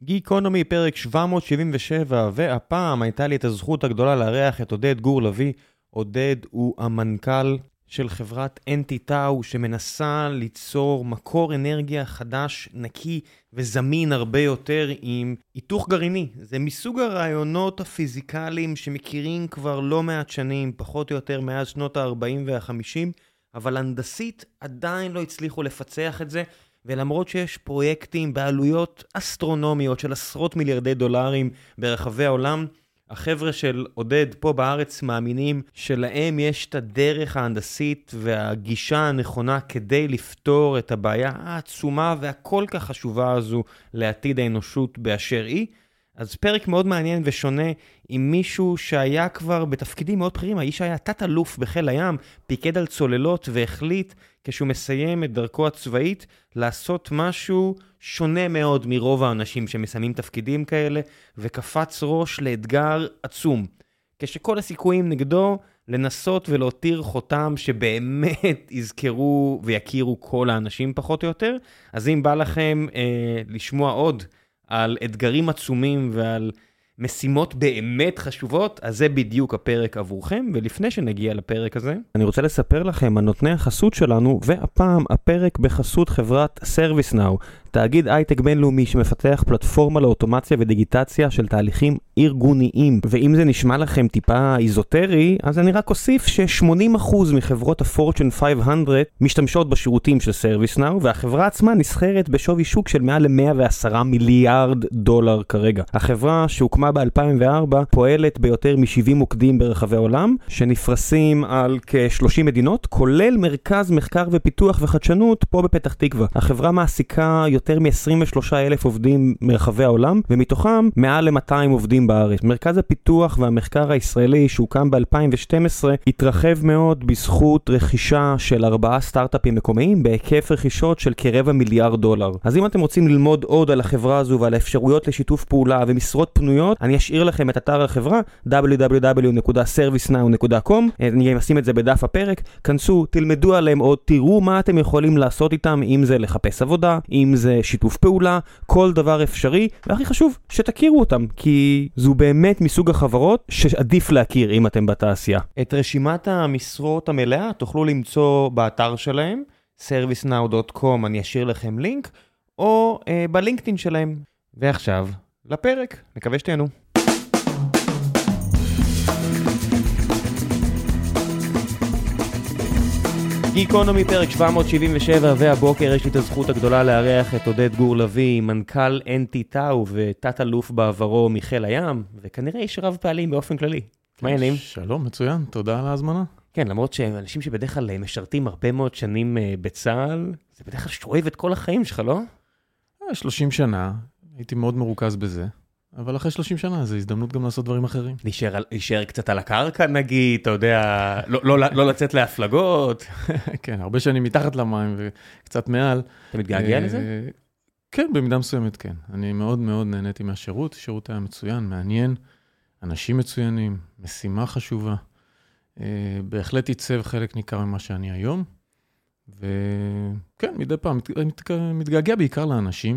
גיקונומי פרק 777, והפעם הייתה לי את הזכות הגדולה לארח את עודד גור לוי. עודד הוא המנכ"ל של חברת NTTAU שמנסה ליצור מקור אנרגיה חדש, נקי וזמין הרבה יותר עם היתוך גרעיני. זה מסוג הרעיונות הפיזיקליים שמכירים כבר לא מעט שנים, פחות או יותר מאז שנות ה-40 וה-50, אבל הנדסית עדיין לא הצליחו לפצח את זה, ולמרות שיש פרויקטים בעלויות אסטרונומיות של עשרות מיליארדי דולרים ברחבי העולם, החבר'ה של עודד פה בארץ מאמינים שלהם יש את הדרך ההנדסית והגישה הנכונה כדי לפתור את הבעיה העצומה והכל כך חשובה הזו לעתיד האנושות באשר היא. אז פרק מאוד מעניין ושונה עם מישהו שהיה כבר בתפקידים מאוד בכירים. האיש היה תת-אלוף בחיל הים, פיקד על צוללות והחליט כשהוא מסיים את דרכו הצבאית לעשות משהו שונה מאוד מרוב האנשים שמסיימים תפקידים כאלה, וקפץ ראש לאתגר עצום. כשכל הסיכויים נגדו לנסות ולהותיר חותם שבאמת יזכרו ויכירו כל האנשים פחות או יותר. אז אם בא לכם לשמוע עוד על אתגרים עצומים ועל משימות באמת חשובות, אז זה בדיוק הפרק עבורכם. ולפני שנגיע לפרק הזה, אני רוצה לספר לכם על נותני החסות שלנו, והפעם הפרק בחסות חברת ServiceNow, תאגיד הייטק בינלאומי שמפתח פלטפורמה לאוטומציה ודיגיטציה של תהליכים ארגוניים. ואם זה נשמע לכם טיפה איזוטרי, אז אני רק אוסיף ש80% מחברות הפורצ'ן 500 משתמשות בשירותים של ServiceNow, והחברה עצמה נסחרת בשווי שוק של מעל ל$110 מיליארד כרגע. החברה שהוקמה ב-2004 פועלת ביותר מ-70 מוקדים ברחבי העולם, שנפרסים על כ-30 מדינות, כולל מרכז מחקר ופיתוח וחדשנות פה בפתח תקווה. החברה מעסיקה יותר מ-23,000 עובדים מרחבי העולם, ומתוכם מעל ל-200 עובדים בארץ. מרכז הפיתוח והמחקר הישראלי שהוקם ב-2012 התרחב מאוד בזכות רכישה של 4 סטארט-אפים מקומיים בהיקף רכישות של כ$250 מיליארד. אז אם אתם רוצים ללמוד עוד על החברה הזו ועל האפשרויות לשיתוף פעולה ומשרות פנויות, אני אשאיר לכם את אתר החברה www.servicenow.com. אני אשים את זה בדף הפרק. כנסו, תלמדו עליהם עוד, תראו מה אתם יכולים לעשות איתם, אם זה לחפש עבודה, אם זה שיתוף פעולה, כל דבר אפשרי, והכי חשוב, שתכירו אותם, כי זו באמת מסוג החברות שעדיף להכיר אם אתם בתעשייה. את רשימת המשרות המלאה תוכלו למצוא באתר שלהם, servicenow.com, אני אשאיר לכם לינק, או בלינקדאין שלהם. ועכשיו, לפרק, מקווה שתהנו. גיקונומי פרק 777, והבוקר יש לי את הזכות הגדולה לארח את עודד גור לוי, מנכ"ל NTTAU ותת-אלוף בעברו מחיל הים, וכנראה איש רב פעלים באופן כללי. מה העניינים? שלום, מצוין, תודה על ההזמנה. כן, למרות שאנשים שבדרך כלל משרתים הרבה מאוד שנים בצה"ל, זה בדרך כלל שואב את כל החיים שלך, לא? 30 שנה, הייתי מאוד מרוכז בזה, אבל אחרי 30 שנה זו הזדמנות גם לעשות דברים אחרים. להישאר קצת על הקרקע נגיד, אתה יודע, לא לצאת להפלגות. כן, הרבה שנים מתחת למים וקצת מעל. אתה מתגעגע לזה? כן, במידה מסוימת כן. אני מאוד מאוד נהניתי מהשירות, השירות היה מצוין, מעניין, אנשים מצוינים, משימה חשובה. בהחלט ייצב חלק ניכר ממה שאני היום, וכן, מדי פעם, מתגעגע בעיקר לאנשים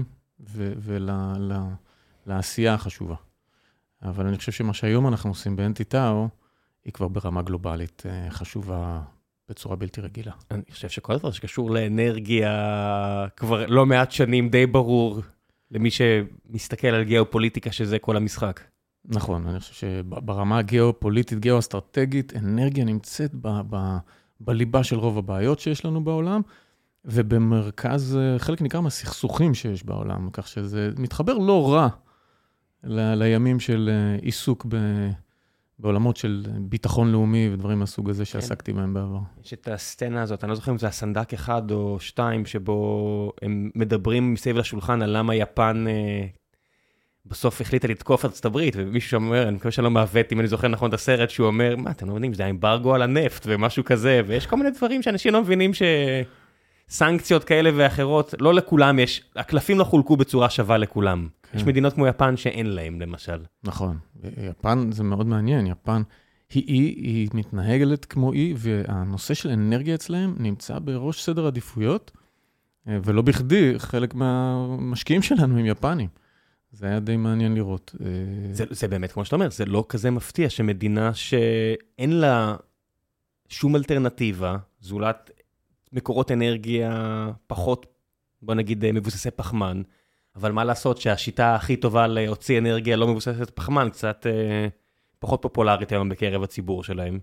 לעשייה החשובה. אבל אני חושב שמה שהיום אנחנו עושים ב-NTTAU, היא כבר ברמה גלובלית חשובה בצורה בלתי רגילה. אני חושב שכל דבר שקשור לאנרגיה, כבר לא מעט שנים די ברור למי שמסתכל על גיאופוליטיקה שזה כל המשחק. נכון, אני חושב שברמה הגיאופוליטית, גיאו-אסטרטגית, אנרגיה נמצאת בליבה של רוב הבעיות שיש לנו בעולם, ובמרכז חלק ניכר מהסכסוכים שיש בעולם, כך שזה מתחבר לא רע לימים של עיסוק בעולמות של ביטחון לאומי ודברים מהסוג הזה שעסקתי בהם בעבר. יש את הסצנה הזאת, אני לא זוכר אם זה הסנדק 1 או 2, שבו הם מדברים מסביב לשולחן על למה יפן בסוף החליטה לתקוף ארצות הברית, ומישהו שאומר, אני מקווה שלא מעוות, אם אני זוכר נכון את הסרט, שהוא אומר, מה, אתם לא יודעים, זה האמברגו על הנפט ומשהו כזה, ויש כל מיני דברים שאנשים לא מבינים סנקציות כאלה ואחרות, לא לכולם יש, הקלפים לא חולקו בצורה שווה לכולם. כן. יש מדינות כמו יפן שאין להם, למשל. נכון. יפן זה מאוד מעניין. יפן היא מתנהגת כמו אי, והנושא של אנרגיה אצלהם נמצא בראש סדר עדיפויות, ולא בכדי חלק מהמשקיעים שלנו הם יפנים. זה היה די מעניין לראות. זה באמת, כמו שאתה אומר, זה לא כזה מפתיע שמדינה שאין לה שום אלטרנטיבה, זולת מקורות אנרגיה פחות, בוא נגיד, מבוססי פחמן, אבל מה לעשות שהשיטה הכי טובה להוציא אנרגיה לא מבוססת פחמן, קצת פחות פופולרית היום בקרב הציבור שלהם.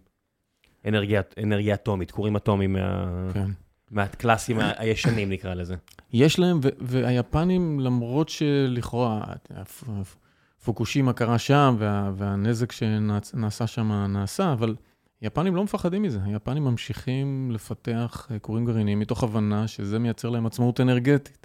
אנרגיה אטומית, קורים אטומיים מהקלאסים הישנים נקרא לזה. יש להם, והיפנים למרות שלכאורה, פוקושימה קרה שם, והנזק שנעשה שם נעשה, אבל יפנים לא מפחדים מזה. היפנים ממשיכים לפתח קורים גרעיניים מתוך הבנה שזה מייצר להם עצמאות אנרגטית.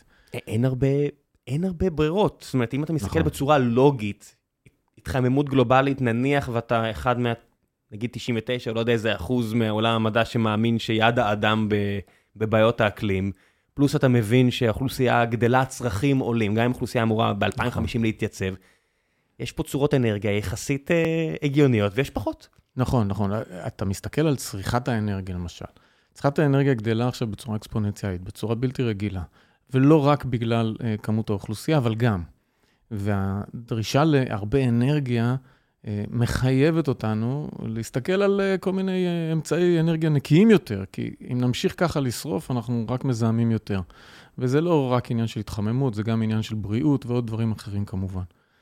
אין הרבה ברירות. זאת אומרת, אם אתה מסתכל בצורה לוגית, התחממות גלובלית נניח, ואתה אחד נגיד 99, לא יודע איזה אחוז מהעולם המדע שמאמין שיד האדם בבעיות האקלים, פלוס אתה מבין שהאוכלוסייה גדלה, צרכים עולים, גם אם האוכלוסייה אמורה ב-2050 להתייצב, יש פה צורות אנרגיה יחסית הגיוניות, ויש פחות. נכון. אתה מסתכל על צריכת האנרגיה, למשל. צריכת האנרגיה גדלה עכשיו בצורה אקספוננציאלית, בצורה בלתי רגילה, ולא רק בגלל כמות האוכלוסייה, אבל גם. והדרישה להרבה אנרגיה מחייבת אותנו להסתכל על כל מיני אמצעי אנרגיה נקיים יותר, כי אם נמשיך ככה לשרוף, אנחנו רק מזהמים יותר. וזה לא רק עניין של התחממות, זה גם עניין של בריאות ועוד דברים אחרים כמובן.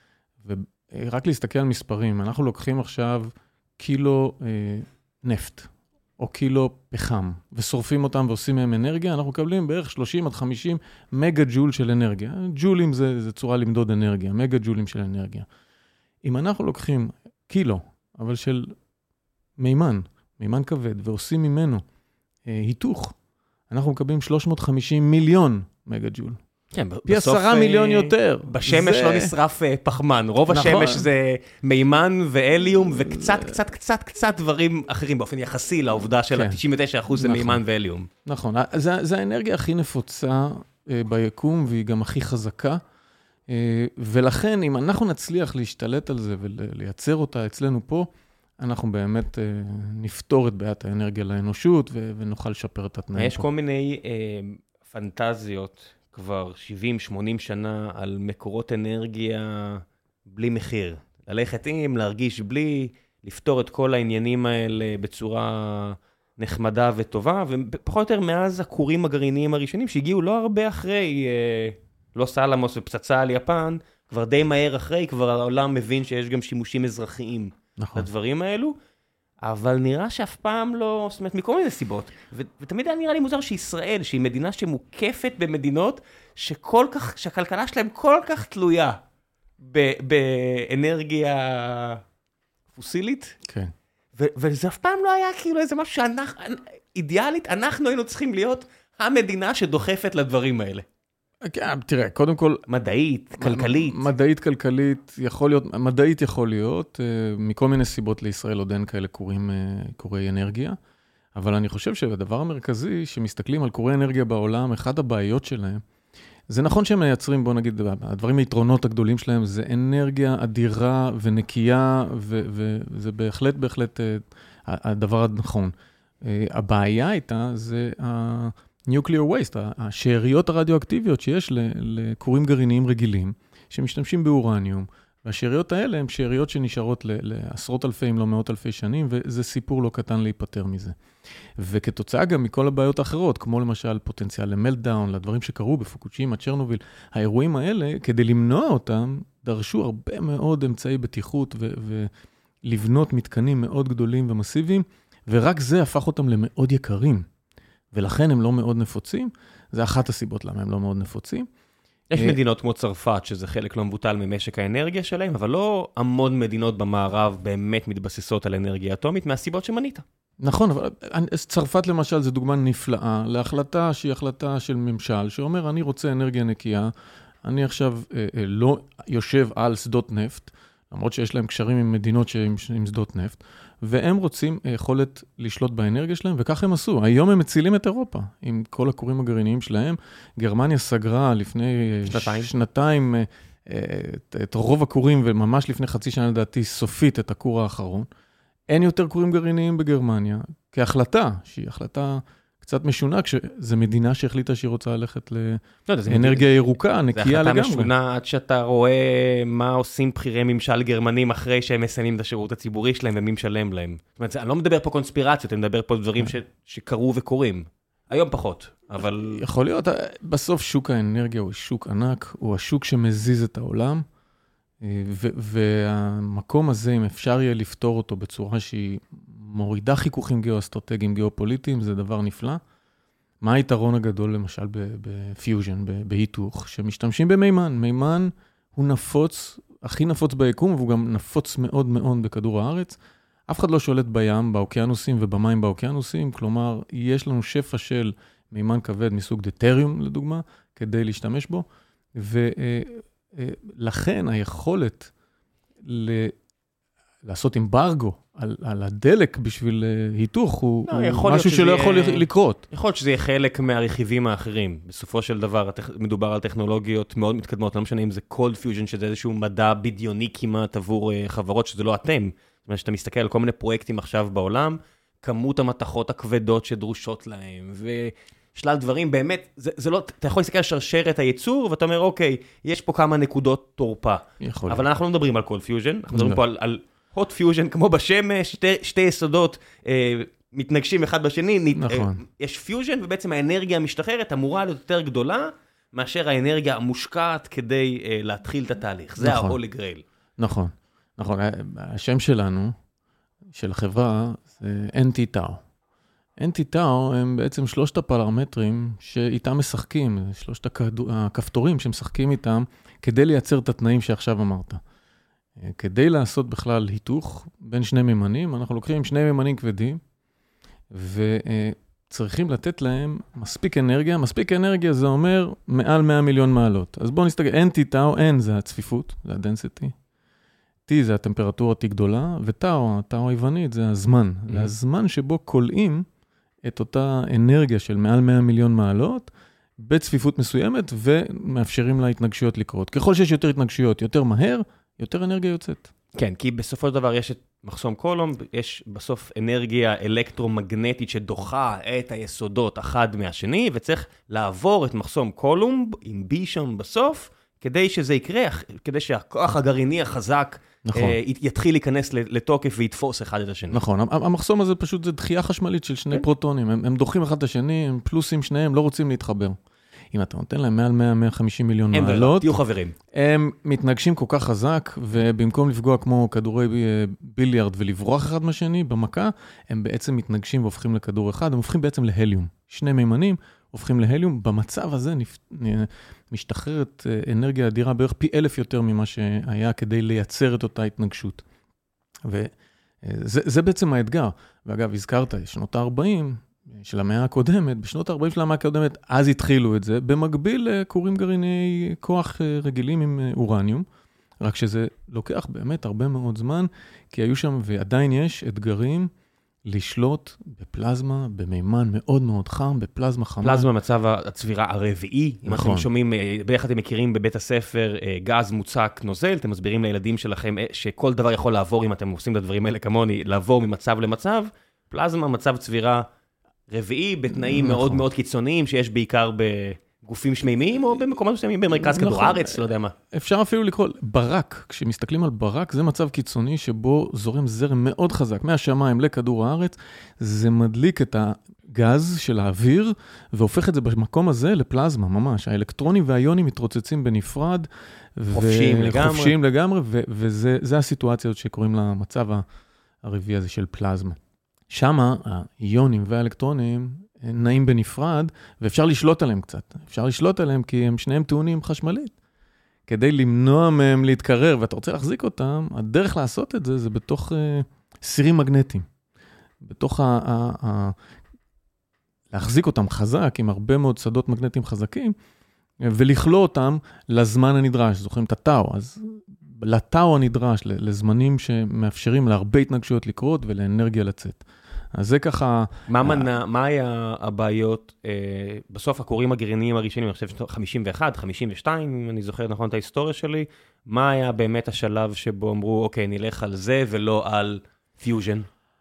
ורק להסתכל על מספרים, אנחנו לוקחים עכשיו קילו נפט, או קילו פחם, ושורפים אותם ועושים מהם אנרגיה, אנחנו מקבלים בערך 30 עד 50 מגה ג'ול של אנרגיה. ג'ולים זה צורה למדוד אנרגיה, מגה ג'ולים של אנרגיה. אם אנחנו לוקחים קילו, אבל של מימן כבד, ועושים ממנו היתוך, אנחנו מקבלים 350 מיליון מגה ג'ול. כן, פי 10 מיליון יותר. בשמש לא נשרף פחמן, רוב השמש זה מימן ואליום, וקצת דברים אחרים, באופן יחסי לעובדה של 99% זה מימן ואליום. נכון, זה האנרגיה הכי נפוצה ביקום, והיא גם הכי חזקה, ולכן אם אנחנו נצליח להשתלט על זה ולייצר אותה אצלנו פה, אנחנו באמת נפתור את בעיית האנרגיה לאנושות, ונוכל לשפר את התנאים פה. יש כל מיני פנטזיות, כבר 70-80 שנה, על מקורות אנרגיה בלי מחיר. ללכת עם, להרגיש בלי, לפתור את כל העניינים האלה בצורה נחמדה וטובה, ופחות או יותר מאז הכורים הגרעיניים הראשונים, שהגיעו לא הרבה אחרי, לא סלמוס ופצצה על יפן, כבר די מהר אחרי, כבר העולם מבין שיש גם שימושים אזרחיים לדברים האלו, אבל נראה שאף פעם לא, זאת אומרת, מכל מיני סיבות, ותמיד היה נראה לי מוזר שישראל, שהיא מדינה שמוקפת במדינות, שהכלכלה שלהם כל כך תלויה באנרגיה פוסילית, כן. וזה אף פעם לא היה כאילו איזה משהו אידיאלית, אנחנו היינו צריכים להיות המדינה שדוחפת לדברים האלה. תראה, קודם כל... מדעית, כלכלית. מדעית, כלכלית, מדעית יכול להיות, מכל מיני סיבות לישראל עוד אין כאלה קורי אנרגיה, אבל אני חושב שהדבר המרכזי, שמסתכלים על קורי אנרגיה בעולם, אחד הבעיות שלהם, זה נכון שהם מייצרים, בוא נגיד, הדברים היתרונות הגדולים שלהם, זה אנרגיה אדירה ונקייה, וזה בהחלט הדבר הנכון. הבעיה איתה זה nuclear waste, השאריות הרדיואקטיביות שיש לקורים גרעיניים רגילים, שמשתמשים באורניום, והשאריות האלה הן שאריות שנשארות לעשרות אלפי, אם לא מאות אלפי שנים, וזה סיפור לא קטן להיפטר מזה. וכתוצאה גם מכל הבעיות האחרות, כמו למשל פוטנציאל למלטדאון, לדברים שקרו בפוקושימה, צ'רנוביל, האירועים האלה, כדי למנוע אותם, דרשו הרבה מאוד אמצעי בטיחות, ולבנות מתקנים מאוד גדולים ומסיביים, ורק זה הפך אותם למאוד יקרים. ולכן הם לא מאוד נפוצים, זה אחת הסיבות למה הם לא מאוד נפוצים. יש מדינות כמו צרפת, שזה חלק לא מבוטל ממשק האנרגיה שלהם, אבל לא המון מדינות במערב באמת מתבססות על אנרגיה אטומית, מהסיבות שמנית. נכון, אבל צרפת למשל זה דוגמה נפלאה, להחלטה שהיא החלטה של ממשל, שאומר, אני רוצה אנרגיה נקייה, אני עכשיו לא יושב על שדות נפט, למרות שיש להם קשרים עם מדינות עם שדות נפט, והם רוצים יכולת לשלוט באנרגיה שלהם, וכך הם עשו. היום הם מצילים את אירופה, עם כל הכורים הגרעיניים שלהם. גרמניה סגרה לפני שנתיים את רוב הכורים, וממש לפני חצי שנה לדעתי סופית את הכור האחרון. אין יותר כורים גרעיניים בגרמניה, כהחלטה, שהיא החלטה קצת משונה, כשזו מדינה שהחליטה שהיא רוצה ללכת לאנרגיה ירוקה, נקייה לגמרי. זה החלטה משונה עד שאתה רואה מה עושים בחירי ממשל גרמנים אחרי שהם מסיימים את השירות הציבורי שלהם ומי משלם להם. זאת אומרת, אני לא מדבר פה קונספירציות, אני מדבר פה דברים שקרו וקורים. היום פחות, אבל... יכול להיות, בסוף שוק האנרגיה הוא שוק ענק, הוא השוק שמזיז את העולם, והמקום הזה, אם אפשר יהיה לפתור אותו בצורה שהיא מורידה חיכוכים גיאו-אסטרטגיים, גיאו-פוליטיים, זה דבר נפלא. מה היתרון הגדול, למשל, בפיוז'ן, בהיתוך, שמשתמשים במימן? מימן הוא נפוץ, הכי נפוץ ביקום, והוא גם נפוץ מאוד מאוד בכדור הארץ. אף אחד לא שולט בים, באוקיינוסים ובמים באוקיינוסים, כלומר, יש לנו שפע של מימן כבד מסוג דטריום, לדוגמה, כדי להשתמש בו, ולכן היכולת לעשות אמברגו על הדלק בשביל היתוך הוא משהו שלא יכול לקרות. יכול להיות שזה יהיה חלק מהרכיבים האחרים. בסופו של דבר מדובר על טכנולוגיות מאוד מתקדמות, לא משנה אם זה cold fusion, שזה איזשהו מדע בדיוני כמעט עבור חברות, שזה לא אתם. זאת אומרת שאתה מסתכל על כל מיני פרויקטים עכשיו בעולם, כמות המתכות הכבדות שדרושות להם, ושלל דברים, באמת, זה לא, אתה יכול להסתכל על שרשרת הייצור, ואתה אומר, אוקיי, יש פה כמה נקודות תורפה. אבל אנחנו לא מדברים על cold fusion, אנחנו מדברים פה על hot fusion, כמו בשמש, שתי יסודות מתנגשים אחד בשני, נכון. יש פיוז'ן, ובעצם האנרגיה המשתחררת אמורה להיות יותר גדולה, מאשר האנרגיה המושקעת כדי להתחיל את התהליך. זה ה-Holy Grail. נכון. נכון, השם שלנו, של החברה, זה NT-Tau. NT-Tau הם בעצם שלושת הפרמטרים שאיתם משחקים, שלושת הכפתורים שמשחקים איתם, כדי לייצר את התנאים שעכשיו אמרת. כדי לעשות בכלל היתוך בין שני ממנים, אנחנו לוקחים שני ממנים כבדים, וצריכים לתת להם מספיק אנרגיה. מספיק אנרגיה זה אומר מעל 100 מיליון מעלות. אז בואו נסתכל, NT-Tau, N זה הצפיפות, זה ה-density. T זה הטמפרטורה T גדולה, וטאו, הטאו היוונית, זה הזמן. זה הזמן שבו קולעים את אותה אנרגיה של מעל 100 מיליון מעלות, בצפיפות מסוימת, ומאפשרים לה התנגשויות לקרות. ככל שיש יותר התנגשויות, יותר מהר, יותר אנרגיה יוצאת. כן, כי בסופו של דבר יש את מחסום קולומב, יש בסוף אנרגיה אלקטרומגנטית שדוחה את היסודות אחד מהשני, וצריך לעבור את מחסום קולומב עם B שם בסוף, כדי שזה יקרה, כדי שהכוח הגרעיני החזק יתחיל להיכנס לתוקף ויתפוס אחד את השני. נכון, המחסום הזה פשוט זה דחייה חשמלית של שני פרוטונים, הם דוחים אחד את השני, הם פלוסים שניהם, לא רוצים להתחבר. אם אתה נותן להם מעל 150 מיליון מעלות, תהיו חברים. הם מתנגשים כל כך חזק, ובמקום לפגוע כמו כדורי ביליארד ולברוח אחד מהשני במכה, הם בעצם מתנגשים והופכים לכדור אחד, הם הופכים בעצם להליום. שני מימנים הופכים להליום, במצב הזה משתחררת אנרגיה אדירה בערך פי 1000 יותר ממה שהיה כדי לייצר את אותה התנגשות. וזה בעצם האתגר. ואגב, הזכרת, שנות ה-40 של המאה הקודמת, בשנות ה-40 של המאה הקודמת, אז התחילו את זה, במקביל לקורים גרעיני כוח רגילים עם אורניום, רק שזה לוקח באמת הרבה מאוד זמן, כי היו שם ועדיין יש אתגרים, לשלוט בפלזמה, במימן מאוד מאוד חם, בפלזמה חמה. פלזמה מצב הצבירה הרביעי. אם אתם שומעים, ביחד אתם מכירים בבית הספר גז מוצק נוזל, אתם מסבירים לילדים שלכם שכל דבר יכול לעבור, אם אתם עושים את הדברים האלה כמוני, לעבור ממצב למצב. פלזמה מצב צבירה רביעי, בתנאים מאוד מאוד קיצוניים, שיש בעיקר בגופים שמימיים, או במקומות מסוימים במרכז כדור הארץ, לא יודע מה. אפשר אפילו לקרוא ברק, כשמסתכלים על ברק, זה מצב קיצוני שבו זורם זרם מאוד חזק, מהשמיים לכדור הארץ, זה מדליק את הגז של האוויר, והופך את זה במקום הזה לפלזמה, ממש. האלקטרונים והאיונים מתרוצצים בנפרד, חופשיים לגמרי, וזה הסיטואציה הזאת שקוראים לה מצב הרביעי הזה של פלזמה. שמה האיונים והאלקטרונים נעים בנפרד, ואפשר לשלוט עליהם קצת. אפשר לשלוט עליהם כי הם שניהם טעונים חשמלית. כדי למנוע מהם להתקרר, ואתה רוצה להחזיק אותם, הדרך לעשות את זה, זה בתוך סירים מגנטיים. בתוך להחזיק אותם חזק, עם הרבה מאוד שדות מגנטיים חזקים, ולכלוא אותם לזמן הנדרש. זוכרים את הטאו, אז לטאו הנדרש, לזמנים שמאפשרים להרבה התנגשויות לקרות ולאנרגיה לצאת. אז זה ככה... מה היה הבעיות? בסוף הקוראים הגרעיניים הראשונים, אני חושב 51, 52, אם אני זוכר נכון את ההיסטוריה שלי, מה היה באמת השלב שבו אמרו, אוקיי, נלך על זה ולא על פיוז'ן?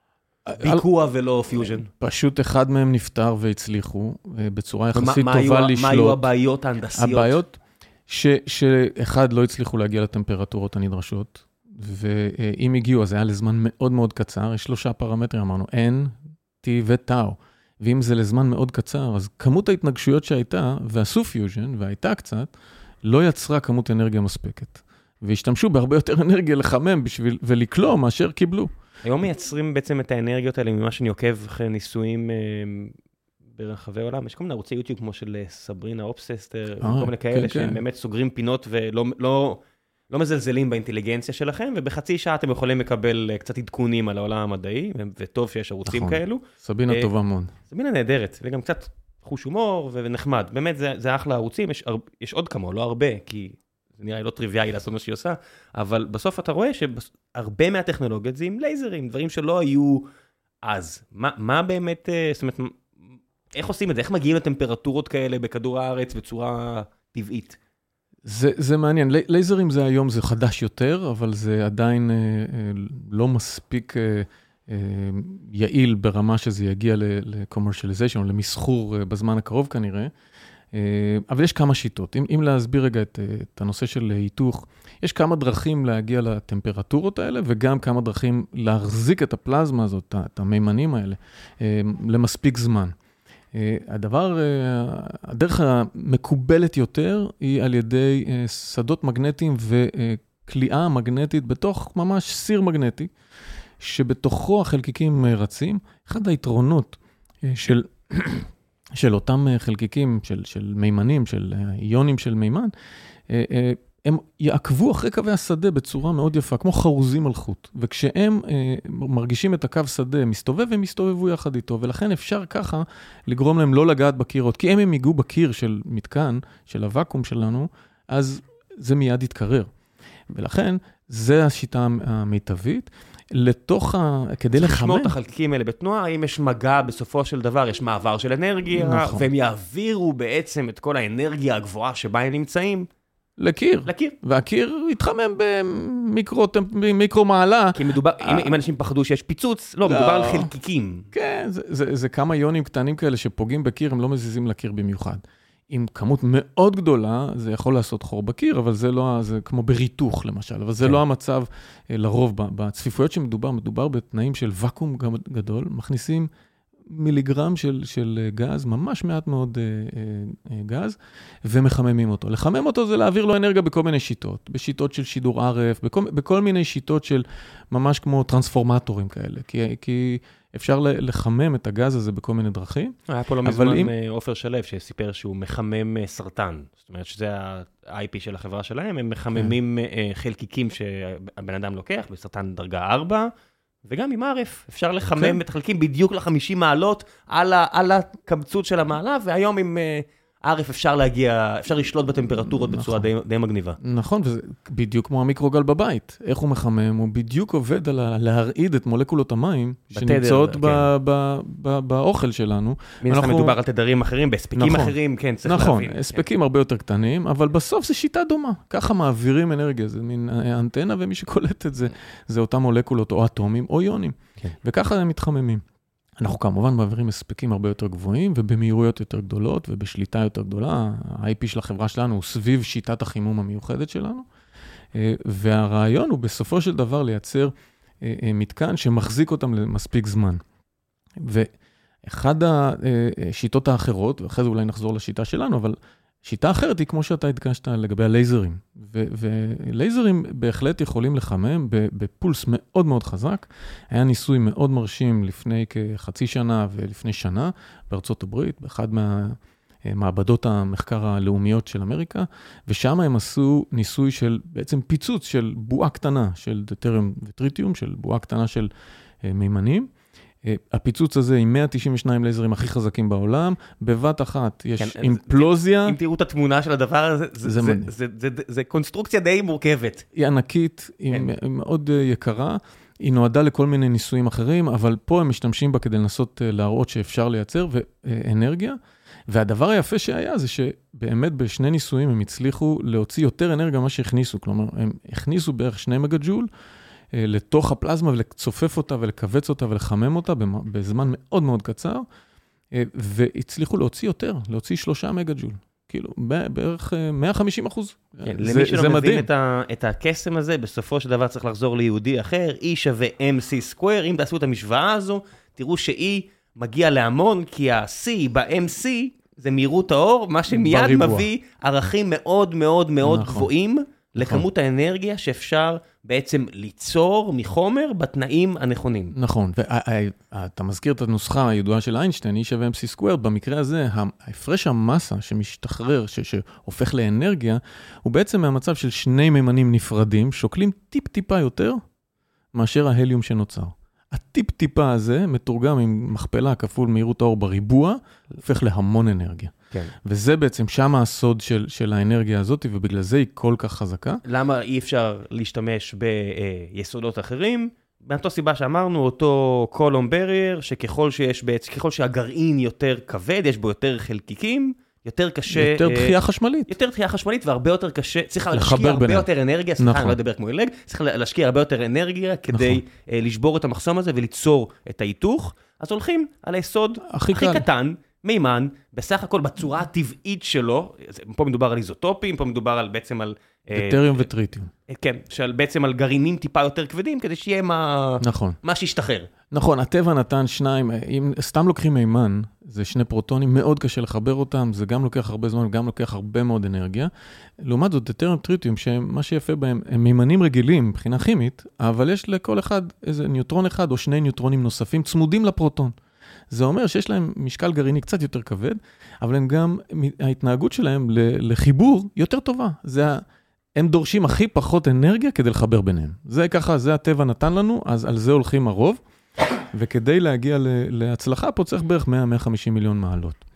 ביקוע ולא פיוז'ן. פשוט אחד מהם נפטר והצליחו בצורה יחסית טובה לשלוט. מה היו הבעיות ההנדסיות? הבעיות שאחד לא הצליחו להגיע לטמפרטורות הנדרשות, ואם הגיעו, אז היה לזמן מאוד מאוד קצר, יש 3 פרמטרים, אמרנו, N, T ו-Tau, ואם זה לזמן מאוד קצר, אז כמות ההתנגשויות שהייתה, ועשו פיוז'ן, והייתה קצת, לא יצרה כמות אנרגיה מספקת. והשתמשו בהרבה יותר אנרגיה לחמם בשביל, ולקלוע מאשר קיבלו. היום מייצרים בעצם את האנרגיות האלה, ממה שאני עוקב אחרי ניסויים ברחבי העולם. יש כל מיני ערוצי יוטיוב כמו של סברינה אובססטר, כל מיני כאלה שהם באמת סוגרים פינות ולא מזלזלים באינטליגנציה שלכם, ובחצי שעה אתם יכולים לקבל קצת עדכונים על העולם המדעי, וטוב שיש ערוצים כאלו. סבינה טובה מאוד. סבינה נהדרת, וגם קצת חוש הומור ונחמד. באמת זה אחלה ערוצים, יש עוד כמה, לא הרבה, כי זה נראה לי לא טריוויאלי לעשות מה שהיא עושה, אבל בסוף אתה רואה שהרבה מהטכנולוגיות זה עם לייזרים, דברים שלא היו אז. מה באמת, זאת אומרת, איך עושים את זה? איך מגיעים לטמפרטורות כאלה בכדור הארץ בצורה טבעית? זה מעניין. לייזרים זה היום, זה חדש יותר, אבל זה עדיין לא מספיק יעיל ברמה שזה יגיע ל-commercialization, או למסחור בזמן הקרוב כנראה. אבל יש כמה שיטות. אם להסביר רגע את הנושא של היתוך, יש כמה דרכים להגיע לטמפרטורות האלה, וגם כמה דרכים להחזיק את הפלזמה הזאת, את המימנים האלה, למספיק זמן. הדרך המקובלת יותר היא על ידי שדות מגנטיים וכליאה מגנטית בתוך ממש סיר מגנטי, שבתוכו החלקיקים רצים. אחד היתרונות של אותם חלקיקים, של מימנים, של איונים של מימן, הם יעקבו אחרי קווי השדה בצורה מאוד יפה, כמו חרוזים על חוט. וכשהם מרגישים את הקו שדה מסתובב, הם מסתובבו יחד איתו, ולכן אפשר ככה לגרום להם לא לגעת בקירות, כי הם ייגעו בקיר של מתקן, של הוואקום שלנו, אז זה מיד יתקרר. ולכן, זה השיטה המיטבית. כדי לחמם. לשמור את החלקיקים האלה בתנועה, אם יש מגע בסופו של דבר, יש מעבר של אנרגיה, נכון. והם יעבירו בעצם את כל האנרגיה הגבוהה שבה הם נמצאים. לקיר. והקיר יתחמם במיקרו מעלה. כי מדובר, אם אנשים פחדו שיש פיצוץ, לא, מדובר על חלקיקים. כן, זה כמה איונים קטנים כאלה שפוגעים בקיר, הם לא מזיזים לקיר במיוחד. עם כמות מאוד גדולה, זה יכול לעשות חור בקיר, אבל זה לא, זה כמו בריתוך למשל, אבל זה לא המצב לרוב בצפיפויות מדובר בתנאים של ואקום גדול, מכניסים מיליגרם של גז, ממש מעט מאוד גז, ומחממים אותו. לחמם אותו זה להעביר לו אנרגיה בכל מיני שיטות, בשיטות של שידור ערף, בכל מיני שיטות של ממש כמו טרנספורמטורים כאלה, כי אפשר לחמם את הגז הזה בכל מיני דרכים. היה פה לא מזמן עופר שלו שסיפר שהוא מחמם סרטן. זאת אומרת שזה ה-IP של החברה שלהם, הם מחממים חלקיקים שהבן אדם לוקח בסרטן דרגה 4, וגם עם ערף אפשר לחמם את החלקיקים בדיוק ל-50 מעלות על הקמצות של המעלה, והיום עם ערף אפשר לשלוט בטמפרטורות בצורה די מגניבה. נכון, וזה בדיוק כמו המיקרוגל בבית. איך הוא מחמם? הוא בדיוק עובד על להרעיד את מולקולות המים שנמצאות באוכל שלנו. מן הסתם מדובר על תדרים אחרים, בהספקים אחרים, כן, צריך להבין. נכון, הספקים הרבה יותר קטנים, אבל בסוף זה שיטה דומה. ככה מעבירים אנרגיה, זה מין אנטנה, ומי שקולט את זה, זה אותם מולקולות או אטומים או איונים. וככה הם מתחממים. אנחנו כמובן מעבירים הספקים הרבה יותר גבוהים, ובמהירויות יותר גדולות, ובשליטה יותר גדולה. ה-IP של החברה שלנו הוא סביב שיטת החימום המיוחדת שלנו, והרעיון הוא בסופו של דבר לייצר מתקן שמחזיק אותם למספיק זמן. ואחד השיטות האחרות, ואחרי זה אולי נחזור לשיטה שלנו, אבל שיטה אחרת היא כמו שאתה הדגשת לגבי הלייזרים. ולייזרים בהחלט יכולים לחמם בפולס מאוד מאוד חזק. היה ניסוי מאוד מרשים לפני כחצי שנה ולפני שנה בארצות הברית, באחד מהמעבדות המחקר הלאומיות של אמריקה, ושם הם עשו ניסוי של בעצם פיצוץ של בועה קטנה של דטריום וטריטיום, של בועה קטנה של מימנים. הפיצוץ הזה עם 192 לייזרים הכי חזקים בעולם, בבת אחת יש אימפלוזיה. אם תראו את התמונה של הדבר הזה, זה קונסטרוקציה די מורכבת. היא ענקית, היא מאוד יקרה, היא נועדה לכל מיני ניסויים אחרים, אבל פה הם משתמשים בה כדי לנסות להראות שאפשר לייצר אנרגיה, והדבר היפה שהיה זה שבאמת בשני ניסויים הם הצליחו להוציא יותר אנרגיה ממה שהכניסו, כלומר הם הכניסו בערך 2 מגה ג'ול, לתוך הפלזמה ולצופף אותה ולכווץ אותה ולחמם אותה בזמן מאוד מאוד קצר, והצליחו להוציא 3 מגה-ג'ול. כאילו, בערך 150%. כן, למי שלא מבין את הקסם הזה, בסופו של דבר צריך לחזור ליהודי אחר, E שווה MC סקוואר, אם תעשו את המשוואה הזו, תראו ש-E מגיע להמון, כי ה-C ב-MC זה מהירות האור, מה שמיד מביא ערכים מאוד מאוד מאוד גבוהים, לכמות האנרגיה שאפשר בעצם ליצור מחומר בתנאים הנכונים. נכון, ואתה מזכיר את הנוסחה הידועה של איינשטיין, E שווה MC סקווארד, במקרה הזה, ההפרש המסה שמשתחרר, שהופך לאנרגיה, הוא בעצם מהמצב של 2 מימנים נפרדים, שוקלים טיפ-טיפה יותר, מאשר ההליום שנוצר. הטיפ-טיפה הזה מתורגם עם מכפלה כפול מהירות האור בריבוע, הופך להמון אנרגיה. כן. וזה בעצם שם הסוד של האנרגיה הזאת, ובגלל זה היא כל כך חזקה. למה אי אפשר להשתמש ביסודות אחרים? מאותו סיבה שאמרנו, אותו קולום ברייר, שככל שהגרעין יותר כבד, יש בו יותר חלקיקים, יותר קשה... יותר דחייה חשמלית. יותר דחייה חשמלית, והרבה יותר קשה, צריך להשקיע הרבה יותר אנרגיה, סליחה, אני לא אדבר כמו ילג, צריך להשקיע הרבה יותר אנרגיה, כדי לשבור את המחסום הזה וליצור את ההיתוך, אז הולכים על היסוד הכי קטן, מימן, בסך הכל בצורה הטבעית שלו, פה מדובר על איזוטופים, פה מדובר על בעצם על... טריום וטריטיום. כן, בעצם על גרעינים טיפה יותר כבדים, כדי שיהיה מה שישתחרר. נכון, הטבע נתן 2, אם סתם לוקחים מימן, זה 2 פרוטונים, מאוד קשה לחבר אותם, זה גם לוקח הרבה זמן, גם לוקח הרבה מאוד אנרגיה. לעומת זאת, טריום וטריטיום, שמה שיפה בהם, הם מימנים רגילים, מבחינה כימית, אבל יש לכל אחד איזה ניוטרון אחד או 2 ניוטרונים נוספים, צמודים לפרוטון. זה אומר שיש להם משקל גרעיני קצת יותר כבד, אבל הם גם, ההתנהגות שלהם לחיבור יותר טובה. הם דורשים הכי פחות אנרגיה כדי לחבר ביניהם. זה ככה, זה הטבע נתן לנו, אז על זה הולכים הרוב, וכדי להגיע להצלחה, פה צריך בערך 100-150 מיליון מעלות.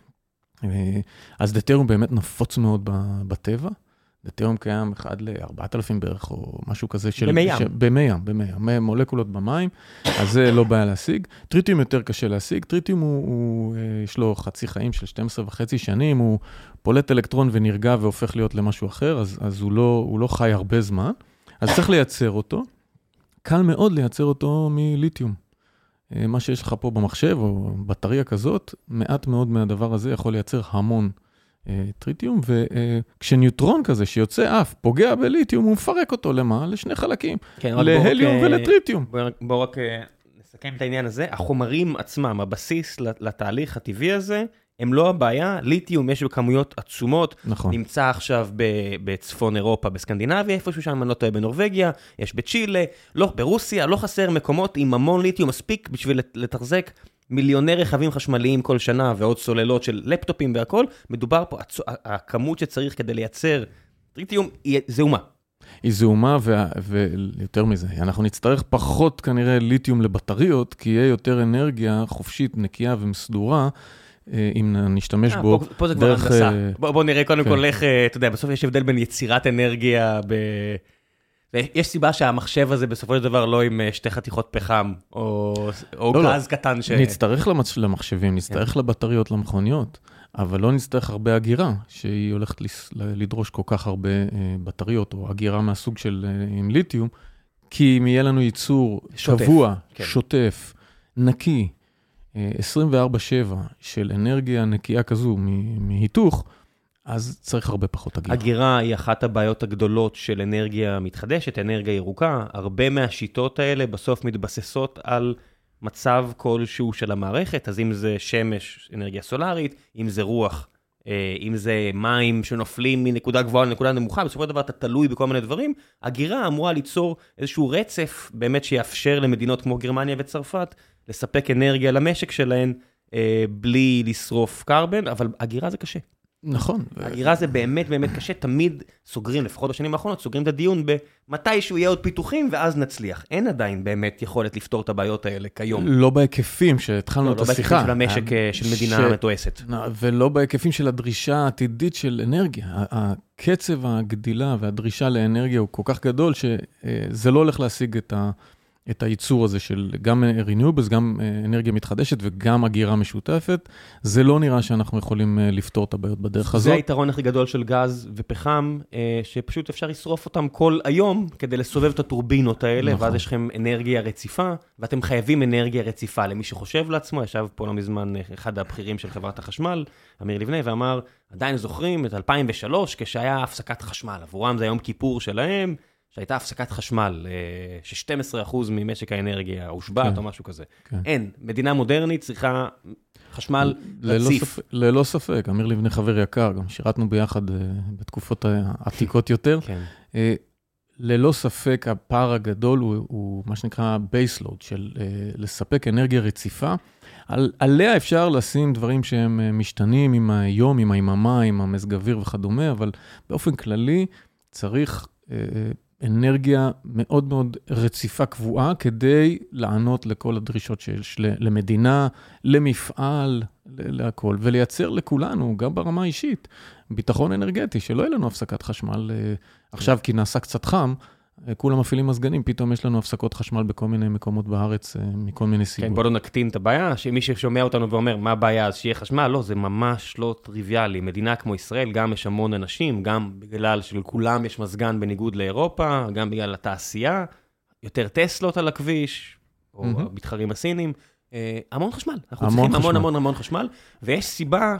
אז דטריום באמת נפוץ מאוד בטבע, דטריום קיים 1 ל-4,000 בערך, או משהו כזה של... במים. במים, מולקולות במים, אז זה לא בעיה להשיג. טריטיום יותר קשה להשיג, טריטיום יש לו חצי חיים של 12.5 שנים, הוא פולט אלקטרון ונרגע והופך להיות למשהו אחר, אז הוא לא חי הרבה זמן, אז צריך לייצר אותו. קל מאוד לייצר אותו מליתיום. מה שיש לך פה במחשב, או בטריה כזאת, מעט מאוד מהדבר הזה יכול לייצר המון טריטיום, וכשניוטרון כזה שיוצא אף, פוגע בליתיום, הוא מפרק אותו למה? לשני חלקים, להליום ולטריטיום. בואו רק נסכם את העניין הזה, החומרים עצמם, הבסיס לתהליך הטבעי הזה, הם לא הבעיה, ליתיום יש בכמויות עצומות, נכון. נמצא עכשיו בצפון אירופה, בסקנדינביה, איפשהו שם אני לא טועה בנורווגיה, יש בצ'ילה, לא, ברוסיה, לא חסר מקומות עם המון ליתיום מספיק בשביל לתחזק מיליוני רכבים חשמליים כל שנה, ועוד סוללות של לפטופים והכל, מדובר פה, הכמות שצריך כדי לייצר ליתיום היא זהומה. היא זהומה, ויותר מזה, אנחנו נצטרך פחות כנראה ליתיום לבטריות, כי יהיה יותר אנרגיה חופשית, נקייה ומסדורה, אם נשתמש בו. פה זה כבר הנדסה. בוא נראה קודם כל איך, אתה יודע, בסוף יש הבדל בין יצירת אנרגיה יש סיבה שהמחשב הזה בסופו של דבר לא עם 2 חתיכות פחם, או גז קטן נצטרך למחשבים, נצטרך לבטריות, למכוניות, אבל לא נצטרך הרבה אגירה, שהיא הולכת לדרוש כל כך הרבה בטריות, או אגירה מהסוג של עם ליתיום, כי אם יהיה לנו ייצור קבוע, שוטף, נקי, 24/7 של אנרגיה נקייה כזו מהיתוך, אז צריך הרבה פחות אגירה. אגירה היא אחת הבעיות הגדולות של אנרגיה מתחדשת, אנרגיה ירוקה. הרבה מהשיטות האלה בסוף מתבססות על מצב כלשהו של המערכת, אז אם זה שמש, אנרגיה סולארית, אם זה רוח, אם זה מים שנופלים מנקודה גבוהה לנקודה נמוכה, בסופו של דבר אתה תלוי בכל מיני דברים, אגירה אמורה ליצור איזשהו רצף באמת שיאפשר למדינות כמו גרמניה וצרפת, לספק אנרגיה למשק שלהן, בלי לשרוף קרבן, אבל אגירה זה קשה. נכון. הגירה זה באמת באמת קשה, תמיד סוגרים, לפחות בשנים האחרונות, סוגרים את הדיון במתי שהוא יהיה עוד פיתוחים, ואז נצליח. אין עדיין באמת יכולת לפתור את הבעיות האלה כיום. לא בהיקפים שהתחלנו את השיחה. לא בהיקפים של המשק של מדינה מתועסת. ולא בהיקפים של הדרישה העתידית של אנרגיה. הקצב הגדילה והדרישה לאנרגיה הוא כל כך גדול, שזה לא הולך להשיג את הייצור הזה של גם renewables, גם אנרגיה מתחדשת וגם אגירה משותפת. זה לא נראה שאנחנו יכולים לפתור את הבעיות בדרך הזאת. זה היתרון הכי גדול של גז ופחם, שפשוט אפשר לשרוף אותם כל היום כדי לסובב את הטורבינות האלה, ואז יש לכם אנרגיה רציפה, ואתם חייבים אנרגיה רציפה למי שחושב לעצמו. ישב פה לא מזמן אחד הבכירים של חברת החשמל, אמיר לבנה, ואמר, עדיין זוכרים את 2003, כשהיה הפסקת חשמל. עבורם זה יום כיפור שלהם, שהייתה הפסקת חשמל, ש-12% ממשק האנרגיה הושבת או משהו כזה. אין, מדינה מודרנית צריכה חשמל רציף. ללא ספק, אמיר לבנה חבר יקר, גם שירתנו ביחד בתקופות העתיקות יותר. ללא ספק, הפער הגדול הוא מה שנקרא baseload, של לספק אנרגיה רציפה. עליה אפשר לשים דברים שהם משתנים עם היום, עם היממה, עם המזג אוויר וכדומה, אבל באופן כללי צריך אנרגיה מאוד מאוד רציפה קבועה, כדי לענות לכל הדרישות שיש למדינה, למפעל, להכל, ולייצר לכולנו, גם ברמה האישית, ביטחון אנרגטי, שלא יהיה לנו הפסקת חשמל. עכשיו, כי נעשה קצת חם, כולם מפעילים מזגנים, פתאום יש לנו הפסקות חשמל בכל מיני מקומות בארץ, מכל מיני סיבות. כן, בוא לא נקטין את הבעיה, שמי ששומע אותנו ואומר, מה הבעיה, אז שיהיה חשמל? לא, זה ממש לא טריוויאלי. מדינה כמו ישראל, גם יש המון אנשים, גם בגלל שלכולם יש מזגן בניגוד לאירופה, גם בגלל התעשייה, יותר טסלות על הכביש, או המתחרים הסינים, המון חשמל. אנחנו צריכים המון המון המון חשמל, ויש סיבה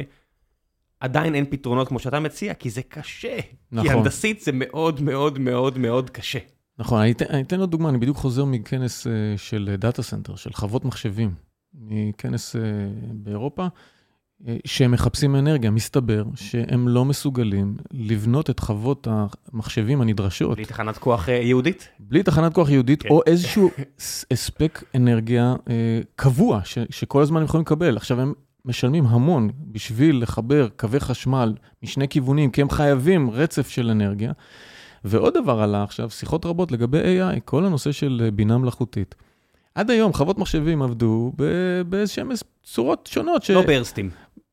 עדיין אין פתרונות כמו שאתה מציע, כי זה קשה. נכון. כי הנדסית זה מאוד מאוד מאוד מאוד קשה. נכון, אני אתן לו דוגמה, אני בדיוק חוזר מכנס של דאטה סנטר, של חוות מחשבים, מכנס באירופה, שהם מחפשים אנרגיה, מסתבר שהם לא מסוגלים לבנות את חוות המחשבים הנדרשות. בלי תחנת כוח יהודית? בלי תחנת כוח יהודית, או איזשהו אספק אנרגיה קבוע, שכל הזמן הם יכולים לקבל. עכשיו הם משלמים המון בשביל לחבר קווי חשמל משני כיוונים, כי הם חייבים רצף של אנרגיה. ועוד דבר עלה עכשיו, שיחות רבות לגבי AI, כל הנושא של בינה מלאכותית. עד היום חוות מחשבים עבדו באיזשהם צורות שונות. לא ברסטים.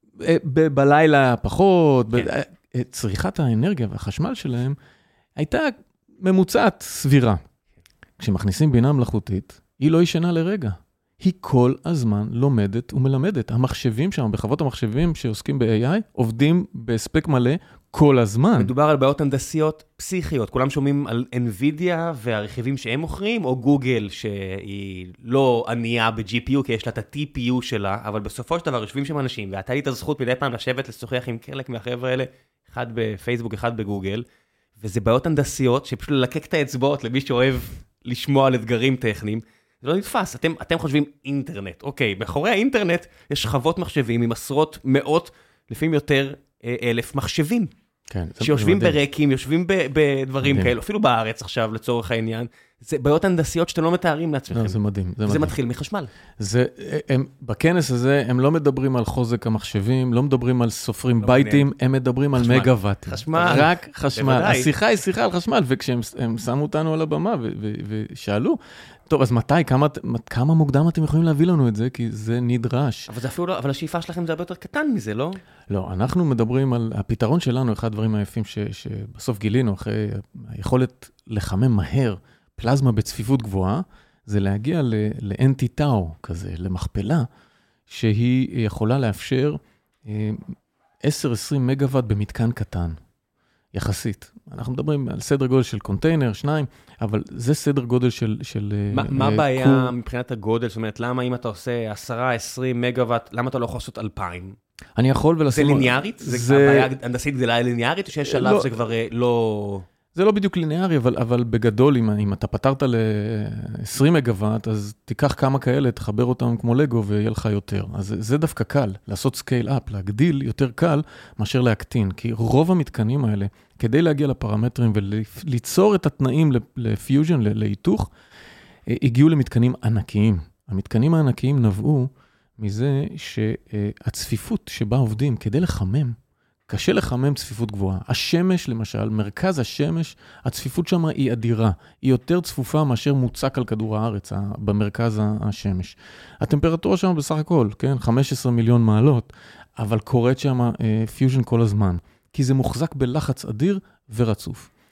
בלילה פחות, צריכת האנרגיה והחשמל שלהם הייתה ממוצעת סבירה. כשמכניסים בינה מלאכותית, היא לא ישנה לרגע. היא כל הזמן לומדת ומלמדת. המחשבים שם, בחוות המחשבים שעוסקים ב-AI, עובדים בהספק מלא כל הזמן. מדובר על בעיות הנדסיות פסיכיות. כולם שומעים על NVIDIA והרכיבים שהם מוכרים, או גוגל שהיא לא ענייה ב-GPU, כי יש לה את ה-TPU שלה, אבל בסופו של דבר יושבים שם אנשים, והייתה לי את הזכות מדי פעם לשבת לשוחח עם חלק מהחבר'ה האלה, אחד בפייסבוק, אחד בגוגל, וזה בעיות הנדסיות שפשוט ללקק את האצבעות למי שאוהב לשמוע על אתגרים טכניים. זה לא נתפס, אתם חושבים אינטרנט. אוקיי, מאחורי האינטרנט יש שכבות מחשבים עם עשרות, מאות, לפעמים יותר 1,000 מחשבים. כן, שיושבים ברקים, יושבים בדברים כאלו, אפילו בארץ עכשיו לצורך העניין. זה בעיות הנדסיות שאתם לא מתארים לעצמכם. לא, זה מדהים. זה מתחיל מחשמל. בכנס הזה הם לא מדברים על חוזק המחשבים, לא מדברים על סופרים בייטים, הם מדברים על מגוואט. חשמל. רק חשמל. השיחה היא שיחה על חשמל, וכשהם שמו אותנו על הבמה ושאלו, טוב, אז מתי, כמה מוקדם אתם יכולים להביא לנו את זה? כי זה נדרש. אבל זה אפילו לא, אבל השאיפה שלכם זה הרבה יותר קטן מזה, לא? לא, אנחנו מדברים על הפתרון שלנו, אחד הדברים היפים שבסוף גילינו, אחרי היכולת לחמם מהר פלזמה בצפיפות גבוהה, זה להגיע לאנטי-טאו כזה, למכפלה, שהיא יכולה לאפשר 10-20 מגוואט במתקן קטן, יחסית. אנחנו מדברים על סדר גודל של קונטיינר, 2, אבל זה סדר גודל של מה הבעיה מבחינת הגודל? זאת אומרת, למה אם אתה עושה 10-20 מגוואט, למה אתה לא יכול לעשות 2,000? אני יכול ולשים... זה ליניארית? זה הבעיה הנדסית גדולה ליניארית, או שיש שלב זה כבר לא... זה לא בדיוק ליניארי, אבל בגדול, אם אתה פתרת ל-20 מגוואט, אז תיקח כמה כאלה, תחבר אותם כמו לגו, ויהיה לך יותר. אז זה דווקא קל, לעשות סקייל-אפ, להגדיל יותר קל, מאשר להקטין. כי רוב המתקנים האלה, כדי להגיע לפרמטרים וליצור את התנאים לפיוז'ן, להיתוך, הגיעו למתקנים ענקיים. המתקנים הענקיים נבעו מזה שהצפיפות שבה עובדים, כדי לחמם, קשה לחמם צפיפות גבוהה. השמש, למשל, מרכז השמש, הצפיפות שם היא אדירה. היא יותר צפופה מאשר מוצק על כדור הארץ, במרכז השמש. הטמפרטורה שם בסך הכל, כן? 15 מיליון מעלות, אבל קורית שם פיוז'ן כל הזמן. כי זה מוחזק בלחץ אדיר ורצוף.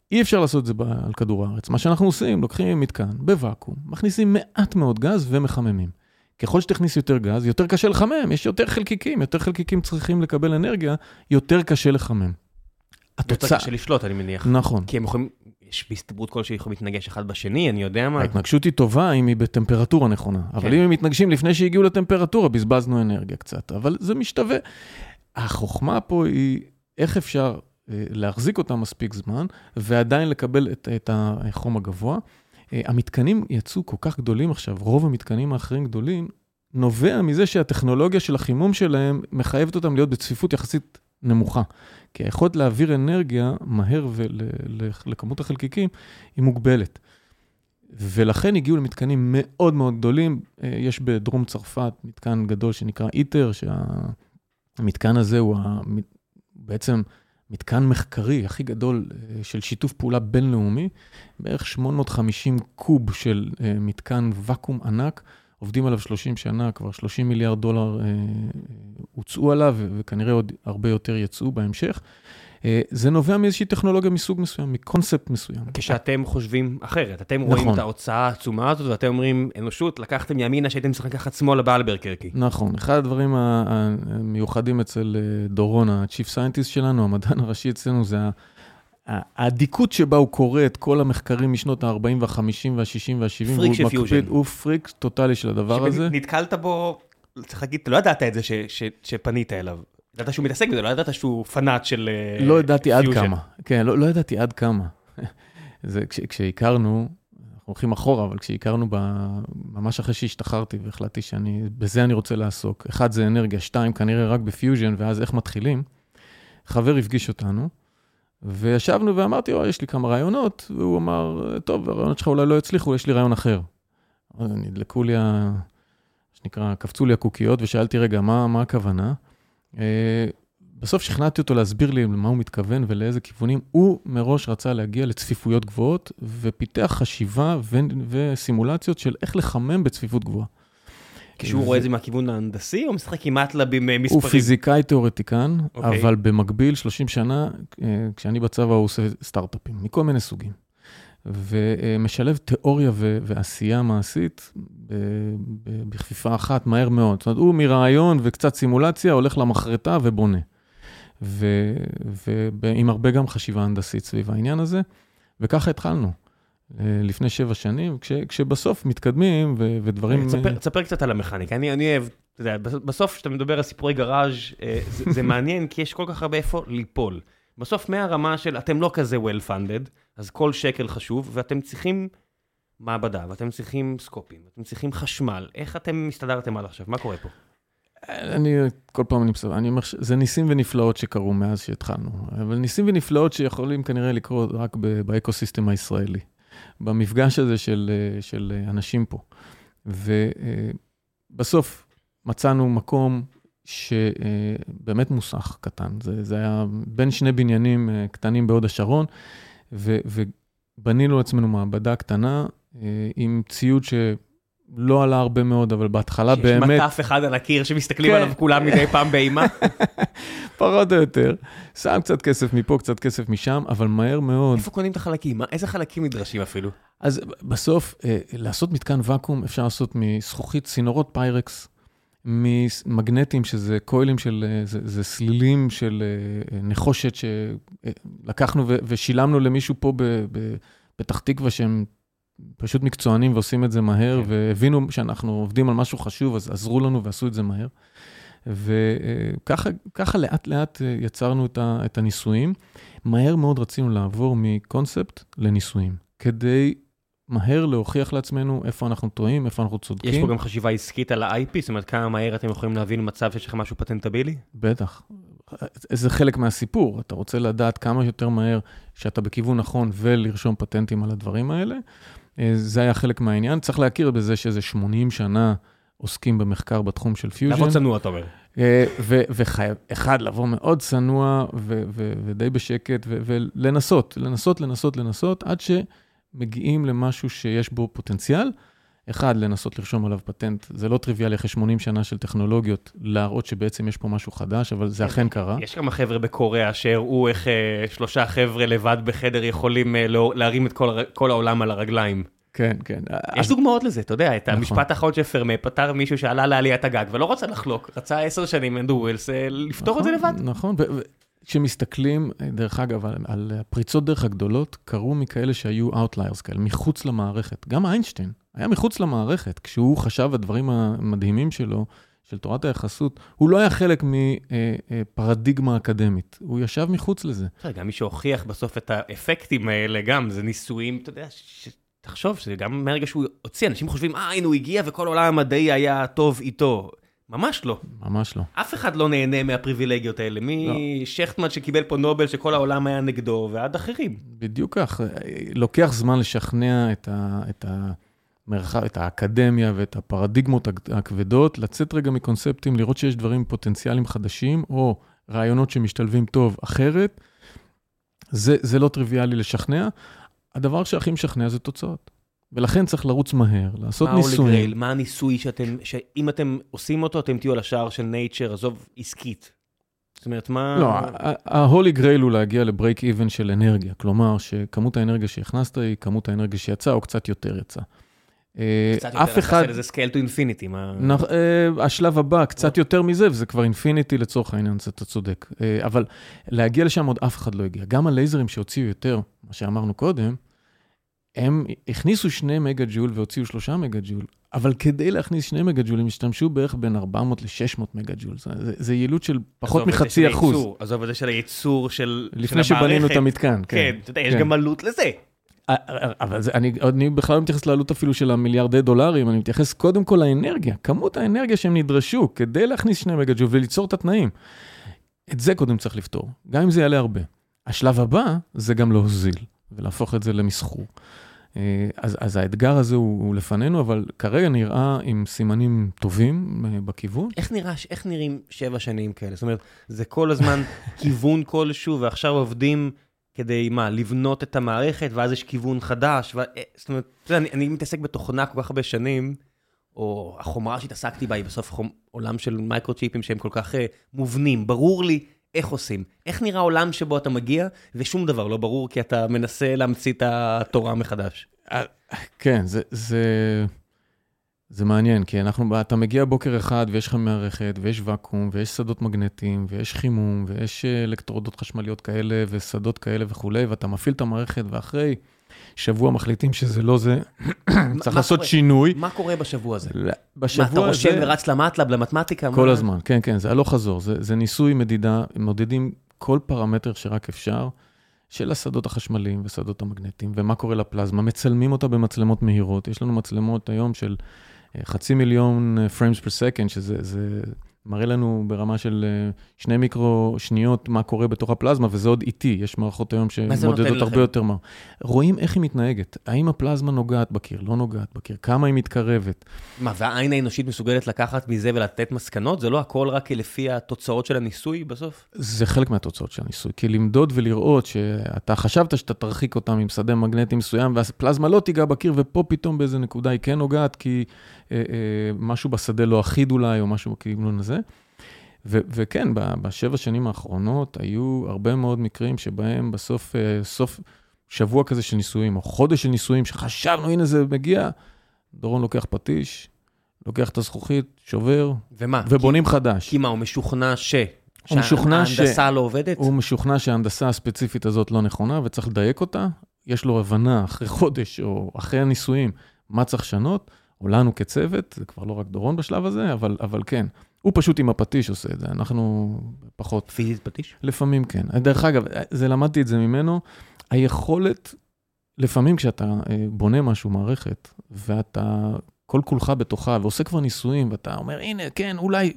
אי אפשר לעשות את זה על כדור הארץ. מה שאנחנו עושים, לוקחים מתקן בוואקום, מכניסים מעט מאוד גז ומחממים. ככל שתכניס יותר גז, יותר קשה לחמם, יש יותר חלקיקים צריכים לקבל אנרגיה, יותר קשה לחמם. יותר קשה לשלוט, אני מניח. נכון. כי הם יכולים, יש בהסתברות כלשהי יכולים להתנגש אחד בשני, אני יודע מה. ההתנגשות היא טובה אם היא בטמפרטורה נכונה, אבל אם הם מתנגשים לפני שהגיעו לטמפרטורה, בזבזנו אנרגיה קצת, אבל זה משתווה. החוכמה פה היא איך אפשר להחזיק אותה מספיק זמן, ועדיין לקבל את החום הגבוה. המתקנים יצאו כל כך גדולים עכשיו, רוב המתקנים האחרים גדולים, נובע מזה שהטכנולוגיה של החימום שלהם מחייבת אותם להיות בצפיפות יחסית נמוכה. כי היכולת להעביר אנרגיה מהר לכמות החלקיקים היא מוגבלת. ולכן הגיעו למתקנים מאוד מאוד גדולים. יש בדרום צרפת מתקן גדול שנקרא איטר, שהמתקן הזה הוא בעצם מתקן מחקרי הכי גדול של שיתוף פעולה בינלאומי, בערך 850 קוב של מתקן וקום ענק, עובדים עליו 30 שנה, כבר 30 מיליארד דולר הוצאו עליו, וכנראה עוד הרבה יותר יצאו בהמשך. זה נובע מאיזושהי טכנולוגיה מסוג מסוים, מקונספט מסוים. כשאתם חושבים אחרת, אתם רואים את ההוצאה העצומה הזאת, ואתם אומרים, אנושות, לקחתם ימינה שהייתם צריכים לקחת שמאלה באלברקרקי. נכון, אחד הדברים המיוחדים אצל דורון, ה-Chief Scientist שלנו, המדען הראשי אצלנו, זה העדיקות שבה הוא קורא את כל המחקרים משנות ה-40 וה-50 וה-60 וה-70, פריק של פיוז'ן. הוא פריק טוטלי של הדבר הזה. נתקלת בו, צריך להגיד, אתה לא ידעת את זה שפנית אליו. ידעת שהוא מתעסק בזה, לא ידעת שהוא פנאט של פיוז'ן. לא ידעתי עד כמה. כן, לא ידעתי עד כמה. כשהכרנו, אנחנו הולכים אחורה, אבל כשהכרנו ממש אחרי שהשתחררתי והחלטתי בזה אני רוצה לעסוק. אחד זה אנרגיה, שתיים כנראה רק בפיוז'ן, ואז איך מתחילים. חבר הפגיש אותנו, וישבנו ואמרתי, יש לי כמה רעיונות, והוא אמר, טוב, הרעיונות שלך אולי לא יצליחו, יש לי רעיון אחר. נדלקו לי, שנקרא, קפצו לי הקוקיות, ושאלתי רגע, מה הכוונה? בסוף שכנעתי אותו להסביר לי למה הוא מתכוון ולאיזה כיוונים. הוא מראש רצה להגיע לצפיפויות גבוהות, ופיתח חשיבה וסימולציות של איך לחמם בצפיפות גבוהה. כשהוא רואה את זה מהכיוון ההנדסי, או משחק עם מטלבים מספרים? הוא פיזיקאי תיאורטיקן, אבל במקביל 30 שנה, כשאני בצבא הוא עושה סטארט-אפים, מכל מיני סוגים. ומשלב תיאוריה ועשייה מעשית בכפיפה אחת מהר מאוד. זאת אומרת, הוא מרעיון וקצת סימולציה, הולך למחרטה ובונה. ועם הרבה גם חשיבה הנדסית סביב העניין הזה, וככה התחלנו. לפני 7 שנים, כשבסוף מתקדמים ודברים... תספר קצת על המכניקה. אני אוהב, אתה יודע, בסוף כשאתה מדבר על סיפורי גראז' זה מעניין, כי יש כל כך הרבה איפה ליפול. בסוף מהרמה של אתם לא כזה well funded, אז כל שקל חשוב, ואתם צריכים מעבדה, ואתם צריכים סקופים, ואתם צריכים חשמל. איך אתם מסתדרתם עד עכשיו? מה קורה פה? כל פעם אני אומר, זה ניסים ונפלאות שקרו מאז שהתחלנו, אבל ניסים ונפלאות שיכולים כנראה לקרות רק באקוסיסטם הישראלי, במפגש הזה של אנשים פה. ובסוף מצאנו מקום שבאמת מוסך קטן. זה היה בין 2 בניינים קטנים בהוד השרון, ובנינו לעצמנו מעבדה קטנה, עם ציוד שלא עלה הרבה מאוד, אבל בהתחלה באמת... שיש מטף אחד על הקיר שמסתכלים עליו כולם מדי פעם באימה. פחות או יותר. שם קצת כסף מפה, קצת כסף משם, אבל מהר מאוד... איפה קונים את החלקים? איזה חלקים נדרשים אפילו? אז בסוף, לעשות מתקן וקום, אפשר לעשות מזכוכית, צינורות פיירקס, ממגנטים, שזה קוילים זה סלילים של נחושת שלקחנו ושילמנו למישהו פה בפתח תקווה שהם פשוט מקצוענים ועושים את זה מהר, והבינו שאנחנו עובדים על משהו חשוב, אז עזרו לנו ועשו את זה מהר. וככה לאט לאט יצרנו את הניסויים. מהר מאוד רצינו לעבור מקונספט לניסויים, כדי מהר להוכיח לעצמנו איפה אנחנו טועים, איפה אנחנו צודקים. יש פה גם חשיבה עסקית על ה-IP, זאת אומרת, כמה מהר אתם יכולים להבין מצב שיש לכם משהו פטנטבילי? בטח. זה חלק מהסיפור. אתה רוצה לדעת כמה יותר מהר שאתה בכיוון נכון ולרשום פטנטים על הדברים האלה. זה היה חלק מהעניין. צריך להכיר בזה שזה 80 שנה עוסקים במחקר בתחום של פיוז'ן. לעבוד צנוע, אתה אומר. ואחד, לבוא מאוד צנוע ודי בשקט, ולנסות, עד שמגיעים למשהו שיש בו פוטנציאל. אחד, לנסות לרשום עליו פטנט. זה לא טריוויאלי אחרי 80 שנה של טכנולוגיות, להראות שבעצם יש פה משהו חדש, אבל זה אכן קרה. יש כמה חבר'ה בקוריאה שהראו איך 3 חבר'ה לבד בחדר יכולים להרים את כל העולם על הרגליים. כן, כן. יש דוגמאות לזה, אתה יודע, את המשפט האחרון שפרמה פתר מישהו שעלה לעליית הגג, ולא רצה לחלוק, רצה 10 שנים אנדרו ווילס לפתור את זה לבד. נכון, כשמסתכלים, דרך אגב, על הפריצות דרך הגדולות, קרו מכאלה שהיו Outliers כאלה, מחוץ למערכת. גם איינשטיין היה מחוץ למערכת, כשהוא חשב הדברים המדהימים שלו, של תורת היחסות, הוא לא היה חלק מפרדיגמה אקדמית, הוא ישב מחוץ לזה. גם מי שהוכיח בסוף את האפקטים האלה, גם זה ניסויים, אתה יודע, תחשוב, שגם מהרגע שהוא הוציא, אנשים חושבים, הנה הוא הגיע וכל העולם המדעי היה טוב איתו. ממש לא. ממש לא. אף אחד לא נהנה מהפריבילגיות האלה, משכטמן שקיבל פה נובל שכל העולם היה נגדו, ועד אחרים. בדיוק כך. לוקח זמן לשכנע את האקדמיה ואת הפרדיגמות הכבדות, לצאת רגע מקונספטים, לראות שיש דברים פוטנציאליים חדשים, או רעיונות שמשתלבים טוב אחרת. זה לא טריוויאלי לשכנע. הדבר שהכי משכנע זה תוצאות. ולכן צריך לרוץ מהר, לעשות ניסויים. מה הניסוי שאם אתם עושים אותו, אתם תהיו על השער של נייצ'ר, עזוב עסקית. זאת אומרת, מה... לא, ההולי גרייל הוא להגיע לברייק איבן של אנרגיה. כלומר, שכמות האנרגיה שהכנסת היא כמות האנרגיה שיצאה, או קצת יותר יצא. קצת יותר, אחד... זה scale to infinity. השלב הבא, קצת יותר מזה, וזה כבר אינפיניטי לצורך העניין, אתה צודק. אבל להגיע לשם עוד אף אחד לא הגיע. גם הלייזרים שהוציאו יותר, מה שאמרנו קודם, הם הכניסו 2 מגה ג'ול והוציאו 3 מגה ג'ול, אבל כדי להכניס 2 מגה ג'ול, הם השתמשו בערך בין 400 ל-600 מגה ג'ול. זה יעילות של פחות מ0.5%. עזוב את זה של הייצור של לפני שבנינו את המתקן. כן, אתה יודע, יש גם עלות לזה. אבל אני בכלל לא מתייחס לעלות אפילו של $1 מיליארד, אני מתייחס קודם כל לאנרגיה, כמות האנרגיה שהם נדרשו כדי להכניס 2 מגה ג'ול וליצור את התנאים. את זה קודם צריך לפתור, גם אם זה יעלה הרבה. השלב הבא זה גם להוזיל. ולהפוך את זה למסחור. אז האתגר הזה הוא לפנינו, אבל כרגע נראה עם סימנים טובים בכיוון. איך נראים 7 שנים כאלה? זאת אומרת, זה כל הזמן כיוון כלשהו, ועכשיו עובדים כדי מה? לבנות את המערכת, ואז יש כיוון חדש. זאת אומרת, אני מתעסק בתוכנה כל כך הרבה שנים, או החומרה שהתעסקתי בה היא בסוף עולם של מייקרו-צ'יפים שהם כל כך מובנים. ברור לי איך עושים? איך נראה עולם שבו אתה מגיע, ושום דבר לא ברור, כי אתה מנסה להמציא את התורה מחדש? כן, זה מעניין, כי אתה מגיע בוקר אחד, ויש לך מערכת, ויש וקום, ויש שדות מגנטיים, ויש חימום, ויש אלקטרודות חשמליות כאלה, ושדות כאלה וכו', ואתה מפעיל את המערכת, ואחרי שבוע מחליטים שזה לא זה, צריך לעשות שינוי. מה קורה בשבוע הזה? מה, אתה רושם ורץ למטלב, למתמטיקה? כל הזמן, כן, כן, זה הלוך חזור. זה ניסוי מדידה, מודדים כל פרמטר שרק אפשר, של השדות החשמליים ושדות המגנטיים, ומה קורה לפלזמה. מצלמים אותה במצלמות מהירות. יש לנו מצלמות היום של 500,000 frames per second, שזה מראה לנו ברמה של 2 מיקרו שניות מה קורה בתוך הפלזמה, וזה עוד איטי, יש מערכות היום שמודדות הרבה יותר מהר. רואים איך היא מתנהגת, האם הפלזמה נוגעת בקיר, לא נוגעת בקיר, כמה היא מתקרבת. מה, והעין האנושית מסוגלת לקחת מזה ולתת מסקנות? זה לא הכל רק לפי התוצאות של הניסוי בסוף? זה חלק מהתוצאות של הניסוי, כי למדוד ולראות שאתה חשבת שאתה תרחיק אותם עם שדה מגנטי מסוים, והפלזמה לא תיגע בקיר, ופה פתאום באיזה נקודה היא כן נוגעת, כי משהו בשדה לא אחיד אולי, או משהו בכיוון הזה. וכן, בשבע שנים האחרונות היו הרבה מאוד מקרים שבהם בסוף, סוף שבוע כזה של ניסויים, או חודש של ניסויים, שחשבנו, הנה זה מגיע, דורון לוקח פטיש, לוקח את הזכוכית, שובר, ובונים חדש. כי מה, הוא משוכנע שההנדסה לא עובדת? הוא משוכנע שההנדסה הספציפית הזאת לא נכונה, וצריך לדייק אותה. יש לו הבנה אחרי חודש, או אחרי הניסויים, מה צריך לשנות, או לנו כצוות, זה כבר לא רק דורון בשלב הזה, אבל כן. הוא פשוט עם הפטיש עושה את זה, אנחנו פחות... פיזית פטיש? לפעמים כן. דרך אגב, למדתי את זה ממנו, היכולת, לפעמים כשאתה בונה משהו מערכת, ואתה כל כולך בתוכה, ועושה כבר ניסויים, ואתה אומר, הנה, כן, אולי...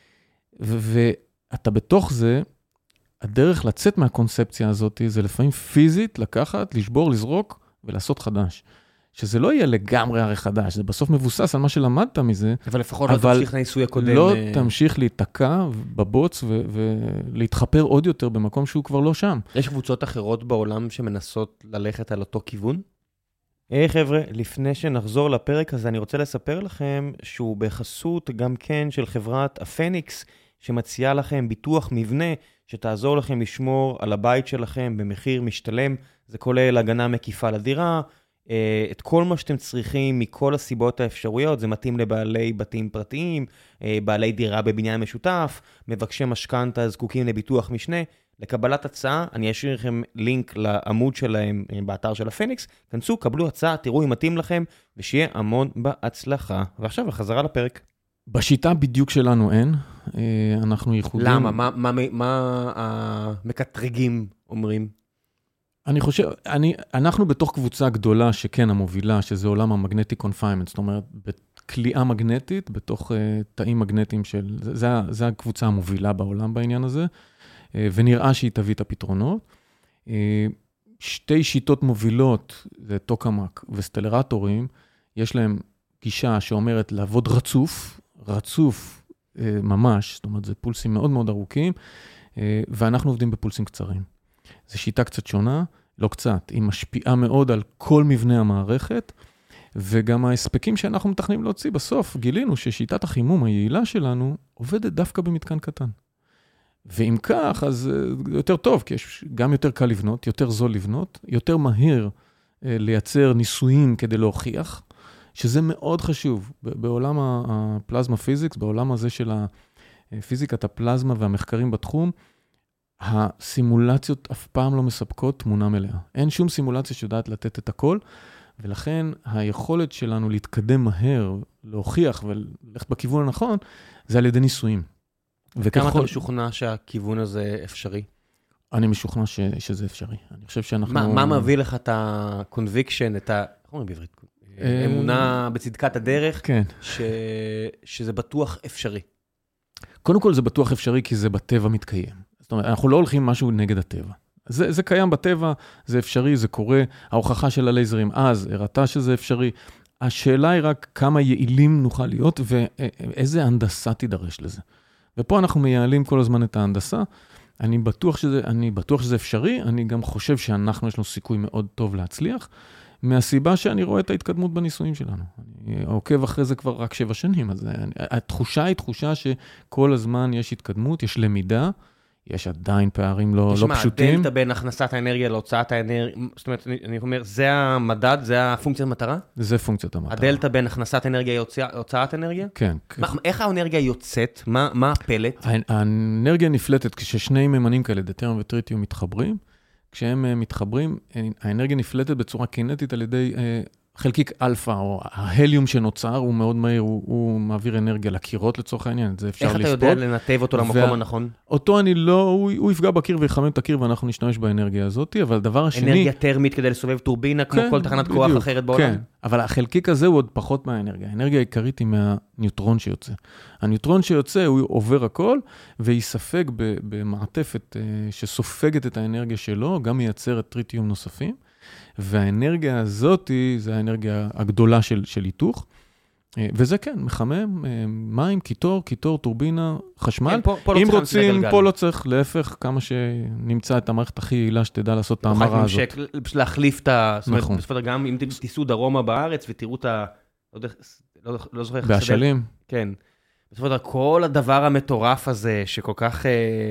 ואתה בתוך זה, הדרך לצאת מהקונספציה הזאת, זה לפעמים פיזית, לקחת, לשבור, לזרוק, ולעשות חדש. שזה לא יהיה לגמרי הרי חדש, זה בסוף מבוסס על מה שלמדת מזה. אבל לפחות לא תמשיך לניסוי הקודם. לא תמשיך להתקע בבוץ ולהתחפר עוד יותר במקום שהוא כבר לא שם. יש קבוצות אחרות בעולם שמנסות ללכת על אותו כיוון? היי חבר'ה, לפני שנחזור לפרק הזה, אני רוצה לספר לכם שהוא בחסות גם כן של חברת הפניקס, שמציעה לכם ביטוח מבנה, שתעזור לכם לשמור על הבית שלכם במחיר משתלם. זה כולל הגנה מקיפה לדירה, את כל מה שאתם צריכים מכל הסיבות האפשרויות. זה מתאים לבעלי בתים פרטיים, בעלי דירה בבניין משותף, מבקשי משכנתא זקוקים לביטוח משנה. לקבלת הצעה, אני אשאיר לכם לינק לעמוד שלהם באתר של הפניקס. כנסו, קבלו הצעה, תראו אם מתאים לכם, ושיהיה המון בהצלחה. ועכשיו, החזרה לפרק. בשיטה בדיוק שלנו אין, אנחנו ייחודים... למה? מה המקטרגים אומרים? אני חושב, אנחנו בתוך קבוצה גדולה שכן המובילה, שזה עולם המגנטי קונפיימנט, זאת אומרת, בקליעה מגנטית, בתוך תאים מגנטיים של... זה הקבוצה המובילה בעולם בעניין הזה, ונראה שהיא תביא את הפתרונות. שתי שיטות מובילות, זה טוקמק וסטלרטורים, יש להם גישה שאומרת לעבוד רצוף ממש, זאת אומרת, זה פולסים מאוד מאוד ארוכים, ואנחנו עובדים בפולסים קצרים. זו שיטה קצת שונה, לא קצת, היא משפיעה מאוד על כל מבנה המערכת, וגם ההספקים שאנחנו מתכננים להוציא בסוף, גילינו ששיטת החימום היעילה שלנו עובדת דווקא במתקן קטן. ואם כך, אז יותר טוב, כי יש גם יותר קל לבנות, יותר זול לבנות, יותר מהיר לייצר ניסויים כדי להוכיח, שזה מאוד חשוב. בעולם הפלזמה פיזיקס, בעולם הזה של פיזיקת הפלזמה והמחקרים בתחום, הסימולציות אף פעם לא מספקות תמונה מלאה. אין שום סימולציה שיודעת לתת את הכל, ולכן היכולת שלנו להתקדם מהר, להוכיח וללכת בכיוון הנכון, זה על ידי ניסויים. וכמה אתה משוכנע שהכיוון הזה אפשרי? אני משוכנע שזה אפשרי. אני חושב שאנחנו... מה מביא לך את ה-conviction, את ה... איך אומרים בעברית? אמונה בצדקת הדרך, כן. שזה בטוח אפשרי. קודם כל זה בטוח אפשרי כי זה בטבע מתקיים. זאת אומרת, אנחנו לא הולכים משהו נגד הטבע. זה קיים בטבע, זה אפשרי, זה קורה. ההוכחה של הלייזרים אז הראתה שזה אפשרי. השאלה היא רק כמה יעילים נוכל להיות ואיזה הנדסה תידרש לזה. ופה אנחנו מייעלים כל הזמן את ההנדסה. אני בטוח שזה אפשרי, אני גם חושב שאנחנו יש לנו סיכוי מאוד טוב להצליח, מהסיבה שאני רואה את ההתקדמות בניסויים שלנו. אני עוקב אחרי זה כבר רק 7 שנים, אז התחושה היא תחושה שכל הזמן יש התקדמות, יש למידה, יש עדיין פערים לא פשוטים. תשמע, הדלטה בין הכנסת האנרגיה להוצאת האנרגיה, זאת אומרת, אני אומר, זה המדד, זה הפונקציית מטרה? זה פונקציית המטרה. הדלטה בין הכנסת אנרגיה להוצאת אנרגיה? כן. איך האנרגיה יוצאת? מה הפלט? האנרגיה נפלטת כששני ממנים כאלה, דטריום וטריטיום מתחברים, כשהם מתחברים, האנרגיה נפלטת בצורה קינטית על ידי חלקיק אלפא, או ההליום שנוצר, הוא מאוד מהיר, הוא מעביר אנרגיה לקירות לצורך העניין, זה אפשר לספות. איך אתה יודע לנתב אותו למקום הנכון? אותו אני לא, הוא יפגע בקיר ויחמם את הקיר, ואנחנו נשתמש באנרגיה הזאת, אבל הדבר השני... אנרגיה טרמית כדי לסובב טורבינה, כמו כל תחנת כוח אחרת בעולם? כן, אבל החלקיק הזה הוא עוד פחות מהאנרגיה. האנרגיה העיקרית היא מהניוטרון שיוצא. הניוטרון שיוצא, הוא עובר הכל, ויספג במעטפת שסופגת את האנרגיה שלו, גם מייצרת טריטיום נוספים. והאנרגיה הזאת, זה האנרגיה הגדולה של היתוך, וזה כן, מחמם, מים, קיטור, טורבינה, חשמל. כן, אם רוצים, פה לא צריך, להפך, כמה שנמצא את המערכת הכי יעילה שתדע לעשות את ההמרה הזאת. פשוט להחליף את ה... זאת אומרת, בסופו גם אם תיסעו דרומה בארץ ותראו את ה... לא זוכר איך... באשלים. כן. בסופו כל הדבר המטורף הזה, שכל כך...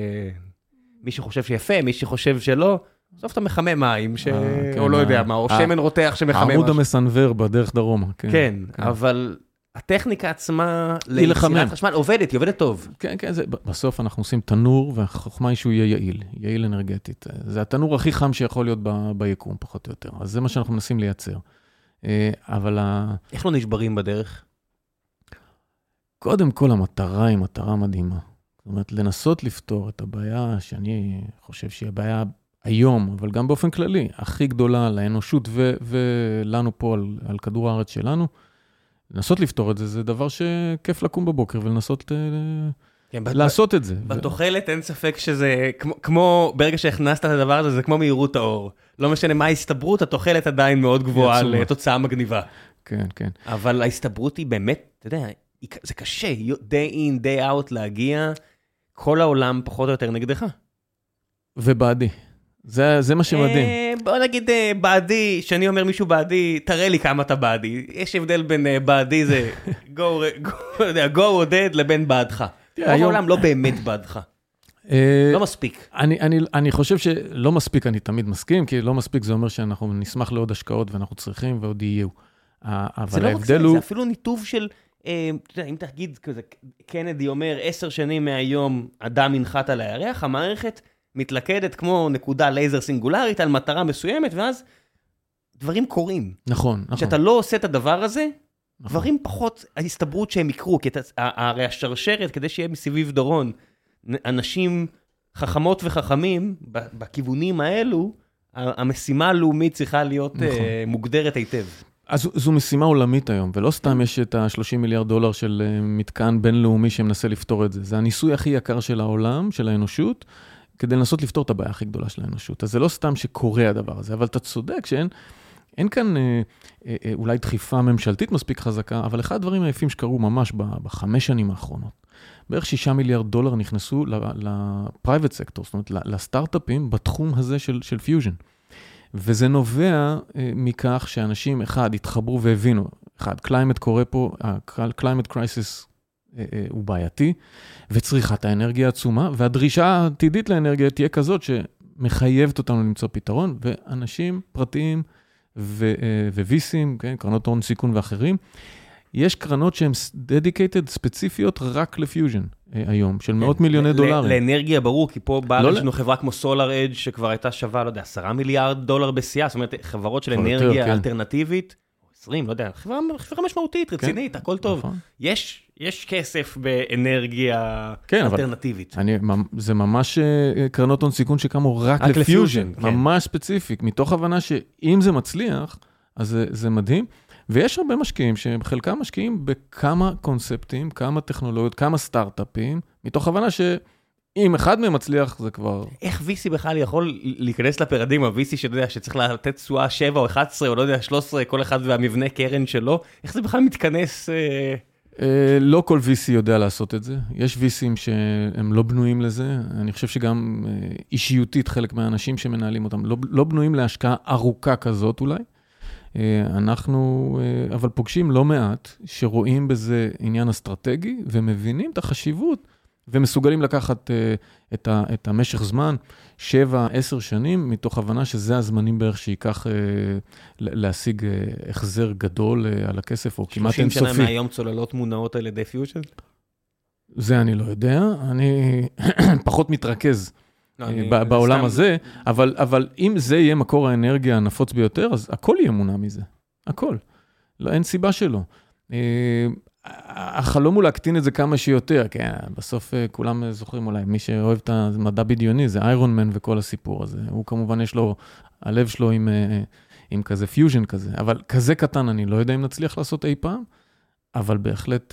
מי שחושב שיפה, מי שחושב שלא, בסוף אתה מחמם מים, או לא יודע מה, או שמן רותח שמחמם משהו. העמוד המסנבר בדרך דרומה. כן, אבל הטכניקה עצמה ליצירת חשמל עובדת, היא עובדת טוב. כן, בסוף אנחנו עושים תנור, והחוכמה היא שהוא יהיה יעיל אנרגטית. זה התנור הכי חם שיכול להיות ביקום, פחות או יותר. אז זה מה שאנחנו מנסים לייצר. אבל... איך לא נשברים בדרך? קודם כל, המטרה היא מטרה מדהימה. זאת אומרת, לנסות לפתור את הבעיה שאני חושב שהיא הבעיה היום, אבל גם באופן כללי, הכי גדולה לאנושות ולנו פה על כדור הארץ שלנו, לנסות לפתור את זה, זה דבר שכיף לקום בבוקר ולנסות לעשות את זה. בתוחלת אין ספק שזה, כמו ברגע שהכנסת את הדבר הזה, זה כמו מהירות האור. לא משנה מה ההסתברות, התוחלת עדיין מאוד גבוהה לתוצאה מגניבה. כן, כן. אבל ההסתברות היא באמת, אתה יודע, זה קשה, day in, day out להגיע, כל העולם פחות או יותר נגדך. ובעדי. זה מה שמדהים. בוא נגיד בעדי, שאני אומר מישהו בעדי, תראה לי כמה אתה בעדי. יש הבדל בין בעדי זה go עודד לבין בעדך. העולם לא באמת בעדך. לא מספיק. אני חושב שלא מספיק, אני תמיד מסכים, כי לא מספיק זה אומר שאנחנו נשמח לעוד השקעות ואנחנו צריכים ועוד יהיו. אבל ההבדל הוא... זה אפילו ניתוב של, אם תגיד כזה, קנדי אומר 10 שנים מהיום אדם ינחת על הירח, המערכת מתלכדת כמו נקודה לייזר סינגולרית על מטרה מסוימת, ואז דברים קורים. נכון. כשאתה לא עושה את הדבר הזה, דברים פחות, ההסתברות שהם יקרו, כי הרי השרשרת, כדי שיהיה מסביב דורון, אנשים חכמות וחכמים, בכיוונים האלו, המשימה הלאומית צריכה להיות מוגדרת היטב. אז זו משימה עולמית היום, ולא סתם יש את $30 מיליארד של מתקן בינלאומי שמנסה לפתור את זה. זה הניסוי הכי יקר של העולם, של האנושות, כדי לנסות לפתור את הבעיה הכי גדולה של האנושות. אז זה לא סתם שקורה הדבר הזה, אבל אתה צודק שאין כאן אולי דחיפה ממשלתית מספיק חזקה, אבל אחד הדברים היפים שקרו ממש ב5 שנים האחרונות, בערך $6 מיליארד נכנסו לפרייבט סקטור, זאת אומרת, לסטארט-אפים בתחום הזה של פיוז'ן. וזה נובע מכך שאנשים, אחד, התחברו והבינו, אחד, קליימט קורה פה, הקליימט קרייסיס הוא בעייתי, וצריכת האנרגיה עצומה, והדרישה העתידית לאנרגיה תהיה כזאת שמחייבת אותנו למצוא פתרון, ואנשים פרטיים וויסים, כן, קרנות הון סיכון ואחרים, יש קרנות שהן dedicated, ספציפיות, רק לפיוז'ן היום, של $100 מיליון. לאנרגיה ברור, כי פה באה לנו חברה כמו SolarEdge, שכבר הייתה שווה, לא יודע, $10 מיליארד בשיאה, זאת אומרת, חברות של אנרגיה אלטרנטיבית, 20, לא יודע, חברה משמעותית, רצינית, הכל טוב. יש כסף באנרגיה אלטרנטיבית. זה ממש קרנות הון סיכון שקמו רק לפיוז'ן, ממש ספציפיק, מתוך הבנה שאם זה מצליח, אז זה מדהים. ויש הרבה משקיעים שחלקם משקיעים בכמה קונספטים, כמה טכנולוגיות, כמה סטארט-אפים, מתוך הבנה שאם אחד מהם מצליח, זה כבר... איך VC בכלל יכול להיכנס לפרדיגמה? VC שאתה יודע שצריך לתת תשואה 7 או 11 או לא יודע 13, כל אחד והמבנה קרן שלו, איך זה בכלל מתכנס? לא כל VC יודע לעשות את זה. יש VCים שהם לא בנויים לזה. אני חושב שגם אישיותית חלק מהאנשים שמנהלים אותם, לא בנויים להשקעה ארוכה כזאת אולי. אנחנו, אבל פוגשים לא מעט, שרואים בזה עניין אסטרטגי, ומבינים את החשיבות, ומסוגלים לקחת את המשך זמן, 7-10 שנים, מתוך הבנה שזה הזמנים בערך שיקח להשיג החזר גדול על הכסף, או כמעט אינסופי. 30 שנה מהיום צוללות מונעות על ידי פיוז'ן? זה אני לא יודע, אני פחות מתרכז. בעולם הזה, אבל אם זה יהיה מקור האנרגיה הנפוץ ביותר, אז הכל יהיה מונע מזה. הכל. לא, אין סיבה שלא. החלום הוא להקטין את זה כמה שיותר, כי בסוף כולם זוכרים אולי, מי שאוהב את המדע בדיוני, זה איירון מן וכל הסיפור הזה. הוא כמובן יש לו, הלב שלו עם כזה פיוז'ן כזה, אבל כזה קטן אני לא יודע אם נצליח לעשות אי פעם, אבל בהחלט...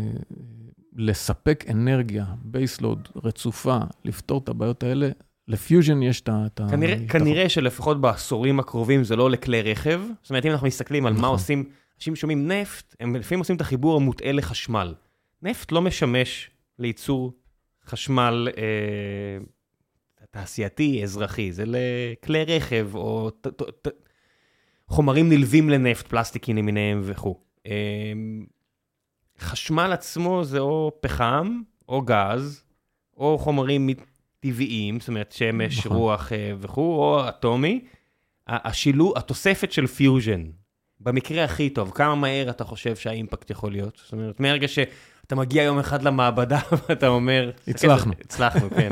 לספק אנרגיה, בייסלוד, רצופה, לפתור את הבעיות האלה, לפיוז'ן יש את ה... כנראה שלפחות בעשורים הקרובים זה לא לכלי רכב, זאת אומרת, אם אנחנו מסתכלים על מה עושים, אנשים שומעים נפט, הם לפעמים עושים את החיבור המוטעה לחשמל. נפט לא משמש לייצור חשמל תעשייתי, אזרחי, זה לכלי רכב, או חומרים נלווים לנפט, פלסטיקים למיניהם וכו'. חשמל עצמו זה או פחם, או גז, או חומרים טבעיים, זאת אומרת שמש, רוח וכו', או אטומי. התוספת של פיוז'ן, במקרה הכי טוב, כמה מהר אתה חושב שהאימפקט יכול להיות? זאת אומרת, מהרגע שאתה מגיע יום אחד למעבדה, ואתה אומר... הצלחנו. הצלחנו, כן.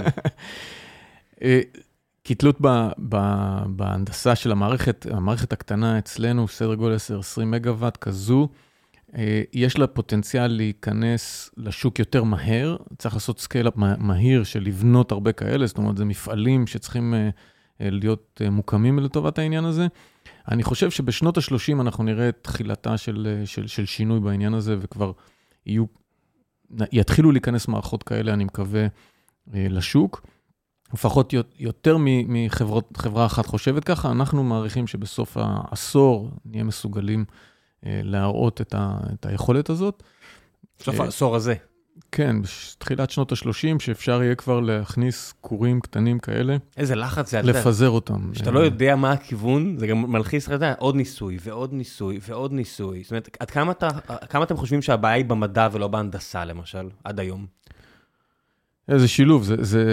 כתלות בהנדסה של המערכת הקטנה אצלנו, סדר גודל 20 מגוואט כזו, יש לה פוטנציאל להיכנס לשוק יותר מהר, צריך לעשות סקייל-אפ מהיר של לבנות הרבה כאלה, זאת אומרת, זה מפעלים שצריכים להיות מוקמים לטובת העניין הזה. אני חושב שבשנות ה-30 אנחנו נראה את תחילתה של שינוי בעניין הזה, וכבר יתחילו להיכנס מערכות כאלה, אני מקווה, לשוק. לפחות יותר מחברה אחת חושבת ככה, אנחנו מעריכים שבסוף העשור נהיה מסוגלים להראות את היכולת הזאת. בסוף העשור הזה. כן, בתחילת שנות ה-30, שאפשר יהיה כבר להכניס כורים קטנים כאלה. איזה לחץ זה. לפזר אותם. שאתה לא יודע מה הכיוון, זה גם מלחיץ לך, עוד ניסוי, ועוד ניסוי, ועוד ניסוי. זאת אומרת, עד כמה אתם חושבים שהבעיה היא במדע ולא בהנדסה, למשל, עד היום? איזה שילוב,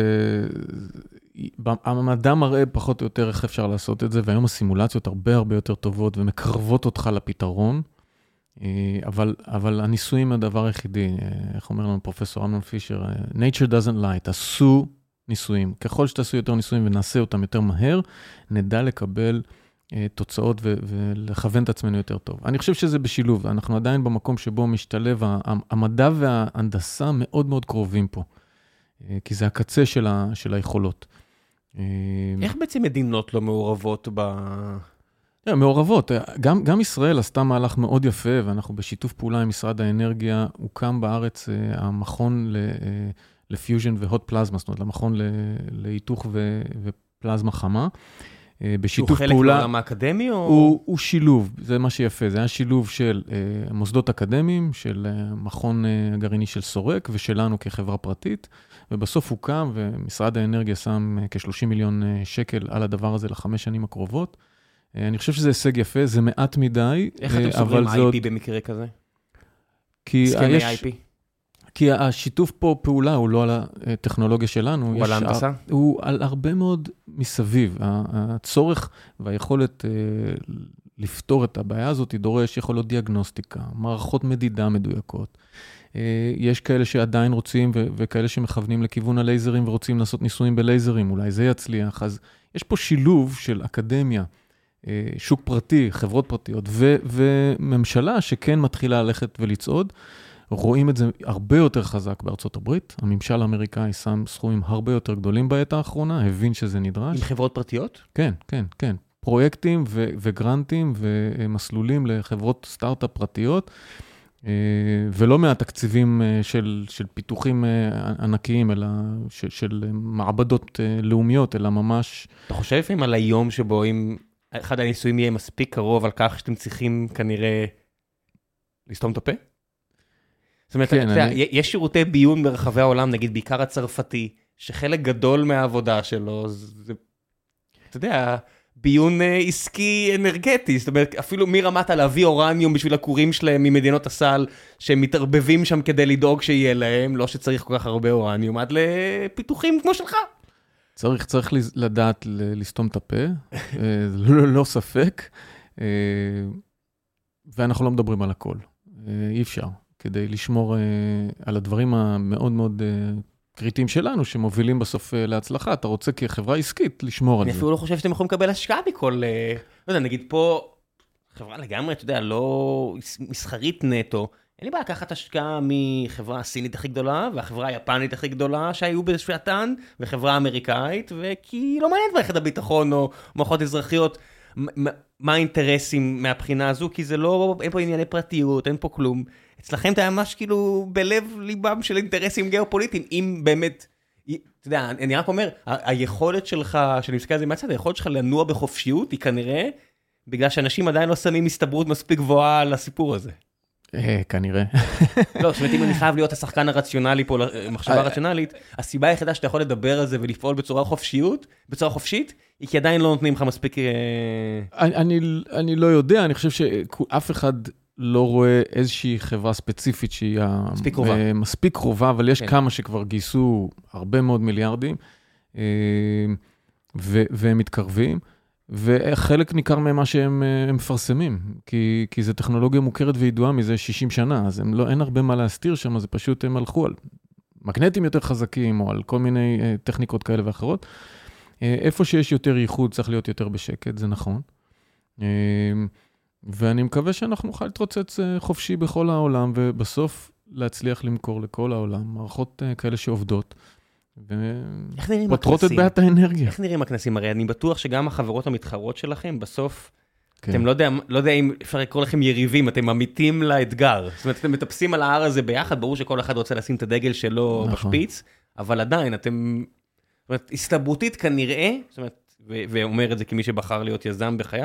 המדע מראה פחות או יותר איך אפשר לעשות את זה, והיום הסימולציות הרבה הרבה יותר טובות, ומקרבות אותך לפתרון, אבל הניסויים הדבר היחידי, איך אומר לנו פרופסור אמנון פישר, nature doesn't lie, תעשו ניסויים. ככל שתעשו יותר ניסויים ונעשה אותם יותר מהר, נדע לקבל תוצאות ולכוון את עצמנו יותר טוב. אני חושב שזה בשילוב, אנחנו עדיין במקום שבו משתלב, המדע וההנדסה מאוד מאוד קרובים פה, כי זה הקצה של היכולות. איך בעצם מדינות לא מעורבות מעורבות. גם ישראל עשתה מהלך מאוד יפה, ואנחנו בשיתוף פעולה עם משרד האנרגיה, הוקם בארץ המכון לפיוז'ן והוט פלזמה, זאת אומרת, המכון להיתוך ופלזמה חמה. שהוא חלק מהעולם האקדמי? הוא שילוב, זה מה שיפה, זה היה שילוב של מוסדות אקדמיים, של מכון הגרעיני של סורק, ושלנו כחברה פרטית, ובסוף הוקם, ומשרד האנרגיה שם כ-30 מיליון שקל על הדבר הזה ל5 שנים הקרובות. אני חושב שזה הישג יפה, זה מעט מדי. איך אתם סוגרים IP במקרה כזה? הסכמי IP? כי השיתוף פה פעולה הוא לא על הטכנולוגיה שלנו. הוא על ההנדסה? הוא על הרבה מאוד מסביב. הצורך והיכולת לפתור את הבעיה הזאת דורש יכולות דיאגנוסטיקה, מערכות מדידה מדויקות. יש כאלה שעדיין רוצים וכאלה שמכוונים לכיוון הלייזרים ורוצים לעשות ניסויים בלייזרים, אולי זה יצליח. אז יש פה שילוב של אקדמיה, שוק פרטי, חברות פרטיות וממשלה שכן מתחילה ללכת ולצעוד. רואים את זה הרבה יותר חזק בארצות הברית. הממשל האמריקאי שם סכומים הרבה יותר גדולים בעת האחרונה, הבין שזה נדרש. עם חברות פרטיות? כן, כן, כן. פרויקטים וגרנטים ומסלולים לחברות סטארט-אפ פרטיות, ולא מהתקציבים של פיתוחים ענקיים, אלא של מעבדות לאומיות, אלא ממש... אתה חושב לפעמים על היום שבו אם אחד הניסויים יהיה מספיק קרוב על כך שאתם צריכים כנראה לסתום את הפה? זאת אומרת, יש שירותי ביון ברחבי העולם, נגיד בעיקר הצרפתי, שחלק גדול מהעבודה שלו, זה, אתה יודע, ביון עסקי אנרגטי, זאת אומרת, אפילו מרמת להביא אורניום בשביל הכורים שלהם ממדינות הסל, שהם מתערבבים שם כדי לדאוג שיהיה להם, לא שצריך כל כך הרבה אורניום, עד לפיתוחים כמו שלך. צריך לדעת לסתום את הפה, לא ספק, ואנחנו לא מדברים על הכל, אי אפשר. כדי לשמור על הדברים המאוד מאוד קריטיים שלנו, שמובילים בסוף להצלחה. אתה רוצה כחברה עסקית לשמור על זה. אני אפילו לא חושב שאתם יכולים לקבל השקעה מכל... לא יודע, נגיד פה, חברה לגמרי, אתה יודע, לא מסחרית נטו, אין לי בעיה לקחת השקעה מחברה הסינית הכי גדולה, והחברה היפנית הכי גדולה שהיו בשעתן, וחברה אמריקאית, וכי לא מעניין מערכת הביטחון או מערכות אזרחיות, מה האינטרסים מהבחינה הזו, כי זה לא, אין פה ענייני פרטיות, אין פה כלום. אצלכם אתה ממש כאילו בלב ליבם של אינטרסים גיאופוליטיים, אם באמת, אתה יודע, אני רק אומר, היכולת שלך, שאני מסתכל על זה מהצד, היכולת שלך לנוע בחופשיות, היא כנראה, בגלל שאנשים עדיין לא שמים הסתברות מספיק גבוהה על הסיפור הזה. כנראה. לא, זאת אומרת, אם אני חייב להיות השחקן הרציונלי פה, מחשבה רציונלית, הסיבה היחידה שאתה יכול לדבר על זה ולפעול בצורה חופשית, היא כי עדיין לא נותנים לך מספיק... אני לא יודע, אני חושב שאף אחד לא רואה איזושהי חברה ספציפית שהיא מספיק קרובה, אבל יש כמה שכבר גייסו הרבה מאוד מיליארדים, והם מתקרבים, וחלק ניכר ממה שהם מפרסמים, כי זו טכנולוגיה מוכרת וידועה מזה 60 שנה, אז אין הרבה מה להסתיר שם, אז פשוט הם הלכו על מגנטים יותר חזקים, או על כל מיני טכניקות כאלה ואחרות. איפה שיש יותר ייחוד, צריך להיות יותר בשקט, זה נכון. ואני מקווה שאנחנו נוכל להתרוצץ חופשי בכל העולם, ובסוף להצליח למכור לכל העולם, מערכות כאלה שעובדות, ופותרות את בעיית האנרגיה. איך נראים הכנסים? הרי אני בטוח שגם החברות המתחרות שלכם, בסוף, אתם לא יודע אם אפשר לקרוא לכם יריבים, אתם אמיתים לאתגר. זאת אומרת, אתם מטפסים על ההר הזה ביחד, ברור שכל אחד רוצה לשים את הדגל שלו בשפיץ, אבל עדיין, אתם, זאת אומרת, הסתברותית כנראה, זאת אומרת, ואומר את זה כמי שבחר להיות יזם בחייו,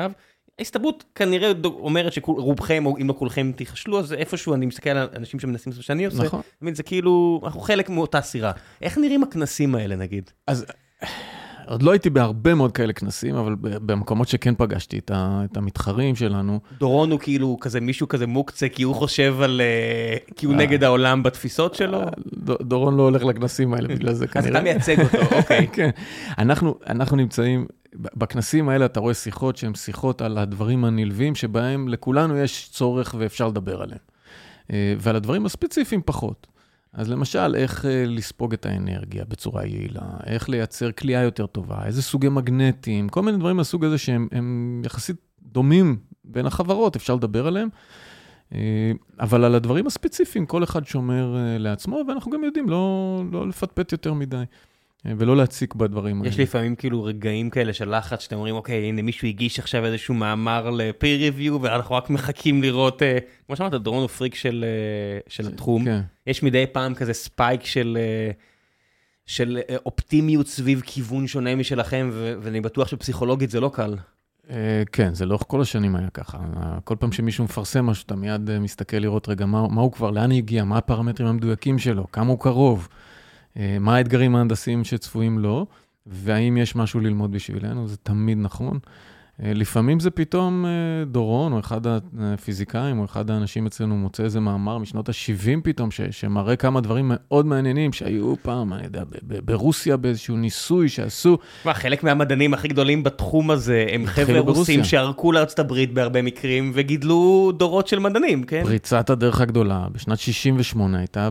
ההסתברות כנראה אומרת שרובכם, או אם לא כולכם תיחשלו, אז איפשהו אני מסתכל על אנשים שמנסים לעשות שאני עושה, נכון. זה כאילו, אנחנו חלק מאותה סירה. איך נראים הכנסים האלה, נגיד? אז עוד לא הייתי בהרבה מאוד כאלה כנסים, אבל במקומות שכן פגשתי את המתחרים שלנו. דורון הוא כאילו כזה, מישהו כזה מוקצה, כי הוא חושב על, כי הוא נגד העולם בתפיסות שלו? דורון לא הולך לכנסים האלה בגלל זה כנראה. אז אתה מייצג אותו, אוקיי. כן. אנחנו נמצאים, בכנסים האלה אתה רואה שיחות שהן שיחות על הדברים הנלווים, שבהם לכולנו יש צורך ואפשר לדבר עליהם. ועל הדברים הספציפיים פחות. אז למשל, איך לספוג את האנרגיה בצורה יעילה, איך לייצר כלייה יותר טובה, איזה סוגי מגנטים, כל מיני דברים מהסוג הזה שהם יחסית דומים בין החברות, אפשר לדבר עליהם. אבל על הדברים הספציפיים, כל אחד שומר לעצמו, ואנחנו גם יודעים לא לפטפט יותר מדי, ולא להציק בדברים האלה. יש לי לפעמים כאילו רגעים כאלה של לחץ, שאתם אומרים, אוקיי, הנה מישהו הגיש עכשיו איזשהו מאמר ל-peer review, ואנחנו רק מחכים לראות, כמו שאמרת, דורון הוא פריק של התחום. יש מדי פעם כזה ספייק של אופטימיות סביב כיוון שונה משלכם, ואני בטוח שפסיכולוגית זה לא קל. כן, זה לא כל השנים היה ככה. כל פעם שמישהו מפרסם משהו, אתה מיד מסתכל לראות רגע מה הוא כבר, לאן הגיע, מה הפרמטרים המדויקים שלו, כמה הוא קרוב. מה האתגרים ההנדסיים שצפויים לו, והאם יש משהו ללמוד בשבילנו, זה תמיד נכון. לפעמים זה פתאום דורון, או אחד הפיזיקאים, או אחד האנשים אצלנו מוצא איזה מאמר משנות ה-70 פתאום, שמראה כמה דברים מאוד מעניינים, שהיו פעם, אני יודע, ברוסיה באיזשהו ניסוי שעשו. חלק מהמדענים הכי גדולים בתחום הזה, הם חבר'ה רוסים שערקו לארצות הברית בהרבה מקרים, וגידלו דורות של מדענים, כן? פריצת הדרך הגדולה, בשנת 68 הייתה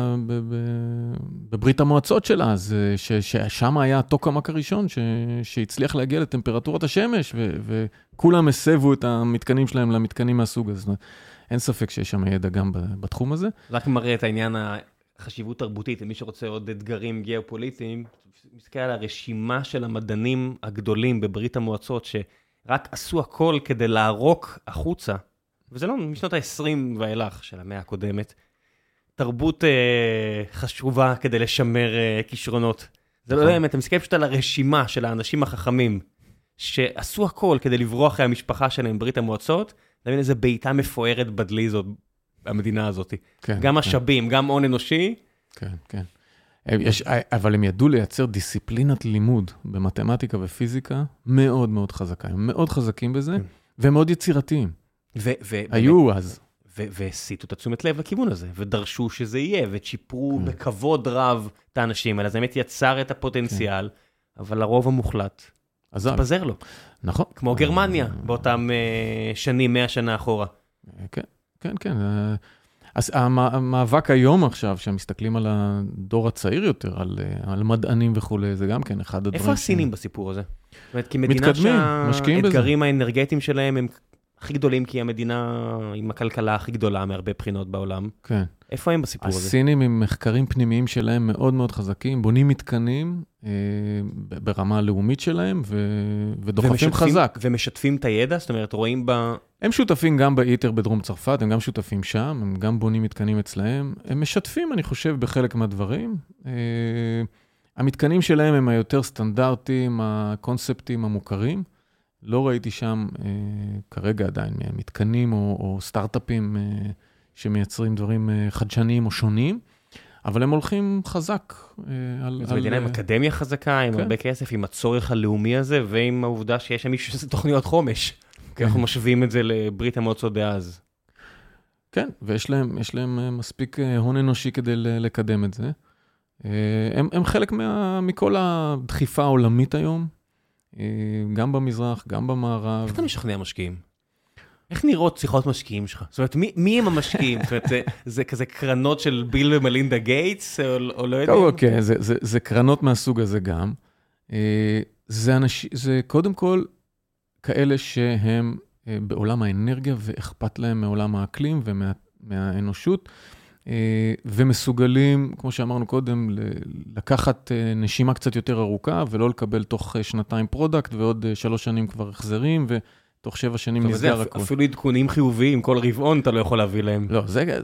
בברית המועצות שלה, ששם היה הטוקמק הראשון, שהצליח להגיע לטמפרטורת השמש, וכולם הסבו את המתקנים שלהם למתקנים מהסוג הזה. אין ספק שיש שם ידע גם בתחום הזה. רק מראה את העניין החשיבות תרבותית, למי שרוצה עוד אתגרים גיאופוליטיים, מסתכל על הרשימה של המדענים הגדולים בברית המועצות, שרק עשו הכל כדי לערוק החוצה, וזה לא משנות ה-20 ואילך של המאה הקודמת, תרבות חשובה כדי לשמר כישרונות. זה לא יודע, אתה מסתכל פשוט על הרשימה של האנשים החכמים, שעשו הכל כדי לברוח אחרי המשפחה שלהם בברית המועצות, להבין איזה ביתה מפוארת בדלי זאת, המדינה הזאת. כן, גם משאבים, גם הון אנושי. כן, כן. אבל הם ידעו לייצר דיסציפלינת לימוד במתמטיקה ופיזיקה מאוד מאוד חזקה. הם מאוד חזקים בזה, והם מאוד יצירתיים. היו אז. והסיטו את התשומת לב לכיוון הזה, ודרשו שזה יהיה, וצ'יפרו בכבוד רב את האנשים האלה. זה באמת יצר את הפוטנציאל, אבל הרוב המוחלט התפזר לו. נכון. כמו גרמניה, באותם שנים, 100 שנה אחורה. כן, כן, כן. אז המאבק היום עכשיו, שמסתכלים על הדור הצעיר יותר, על מדענים וכו', זה גם כן אחד הדברים. איפה הסינים בסיפור הזה? זאת אומרת, כי מדינה שהאתגרים האנרגטיים שלהם הם הכי גדולים, כי המדינה עם הכלכלה הכי גדולה מהרבה בחינות בעולם. כן. איפה הם בסיפור הזה? הסינים עם מחקרים פנימיים שלהם מאוד מאוד חזקים, בונים מתקנים ברמה הלאומית שלהם, ודוחפים חזק. ומשתפים את הידע? זאת אומרת, רואים הם שותפים גם באיטר בדרום צרפת, הם גם שותפים שם, הם גם בונים מתקנים אצלהם. הם משתפים, אני חושב, בחלק מהדברים. המתקנים שלהם הם היותר סטנדרטיים, הקונספטים המוכרים. לא ראיתי שם כרגע עדיין מתקנים או סטארט-אפים שמייצרים דברים חדשניים או שונים, אבל הם הולכים חזק. זו מדינה עם אקדמיה חזקה, עם הרבה כסף, עם הצורך הלאומי הזה, ועם העובדה שיש שם מישהו שזה תוכניות חומש. כי אנחנו משווים את זה לברית המועצות דאז. כן, ויש להם מספיק הון אנושי כדי לקדם את זה. הם חלק מכל הדחיפה העולמית היום, גם במזרח, גם במערב. איך אתה משכנע משקיעים? איך נראות שיחות משקיעים שלך? זאת אומרת, מי הם המשקיעים? זאת אומרת, זה כזה קרנות של ביל ומלינדה גייטס, או לא יודע? אוקיי, זה קרנות מהסוג הזה גם. זה קודם כל כאלה שהם בעולם האנרגיה, ואכפת להם מעולם האקלים ומהאנושות, ומסוגלים, כמו שאמרנו קודם, לקחת נשימה קצת יותר ארוכה, ולא לקבל תוך 2 פרודקט, ועוד 3 שנים כבר החזרים, ותוך 7 שנים נסגר הכל. אפילו עדכונים חיוביים, כל רבעון אתה לא יכול להביא להם. לא,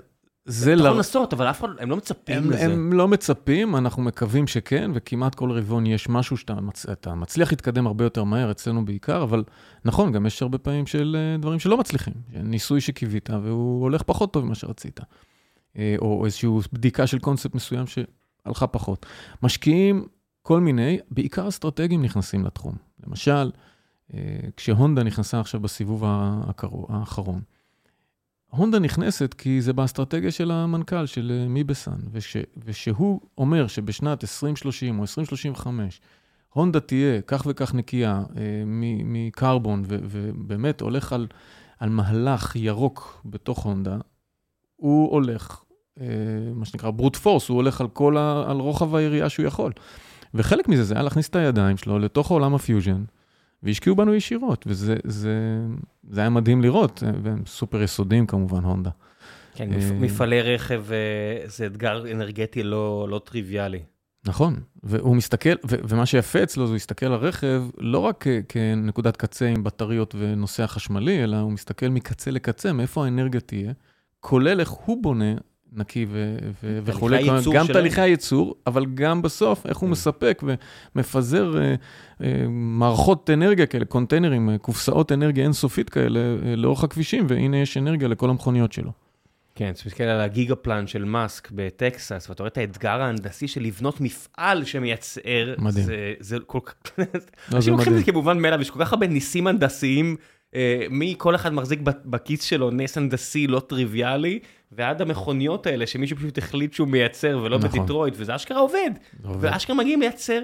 אתה יכול לנסות, אבל אף אחד, הם לא מצפים לזה. הם לא מצפים, אנחנו מקווים שכן, וכמעט כל רבעון יש משהו שאתה מצליח להתקדם הרבה יותר מהר, אצלנו בעיקר, אבל נכון, גם יש הרבה פעמים של דברים שלא מצליחים. ניסוי שקיווית, והוא הולך פחות טוב ממה שרצית. או איזושהי בדיקה של קונספט מסוים שהלכה פחות. משקיעים כל מיני, בעיקר אסטרטגיים נכנסים לתחום. למשל, כשהונדה נכנסה עכשיו בסיבוב האחרון, הונדה נכנסת כי זה באסטרטגיה של המנכ"ל, של מיבסן, ושהוא אומר שבשנת 2030 או 2035, הונדה תהיה כך וכך נקייה מקרבון, ובאמת הולך על מהלך ירוק בתוך הונדה, הוא הולך, מה שנקרא ברוט פורס, הוא הולך על רוחב היריעה שהוא יכול. וחלק מזה זה היה להכניס את הידיים שלו לתוך העולם הפיוז'ן, והשקיעו בנו ישירות, וזה היה מדהים לראות, והם סופר יסודיים כמובן, הונדה. כן, מפעלי רכב זה אתגר אנרגטי לא טריוויאלי. נכון, והוא מסתכל, ומה שיפה אצלו, הוא מסתכל על הרכב, לא רק כנקודת קצה עם בטריות ונושא החשמלי, אלא הוא מסתכל מקצה לקצה, מאיפה האנרגיה תהיה, כולל איך הוא בונה נקי וכולי, גם תהליכי הייצור, אבל גם בסוף איך הוא מספק ומפזר מערכות אנרגיה כאלה, קונטיינרים, קופסאות אנרגיה אינסופית כאלה, לאורך הכבישים, והנה יש אנרגיה לכל המכוניות שלו. כן, אתה מסתכל על הגיגה פלן של מאסק בטקסס, ואתה רואה את האתגר ההנדסי של לבנות מפעל שמייצר, זה כל כך... אנשים לוקחים את זה כמובן מאליו, יש כל כך הרבה ניסים הנדסיים, כל אחד מחזיק בכיס שלו נס הנדסי לא טריוויאלי, ועד המכוניות האלה שמישהו פשוט החליט שהוא מייצר ולא בדיטרויט, וזה אשכרה עובד. ואשכרה מגיעים לייצר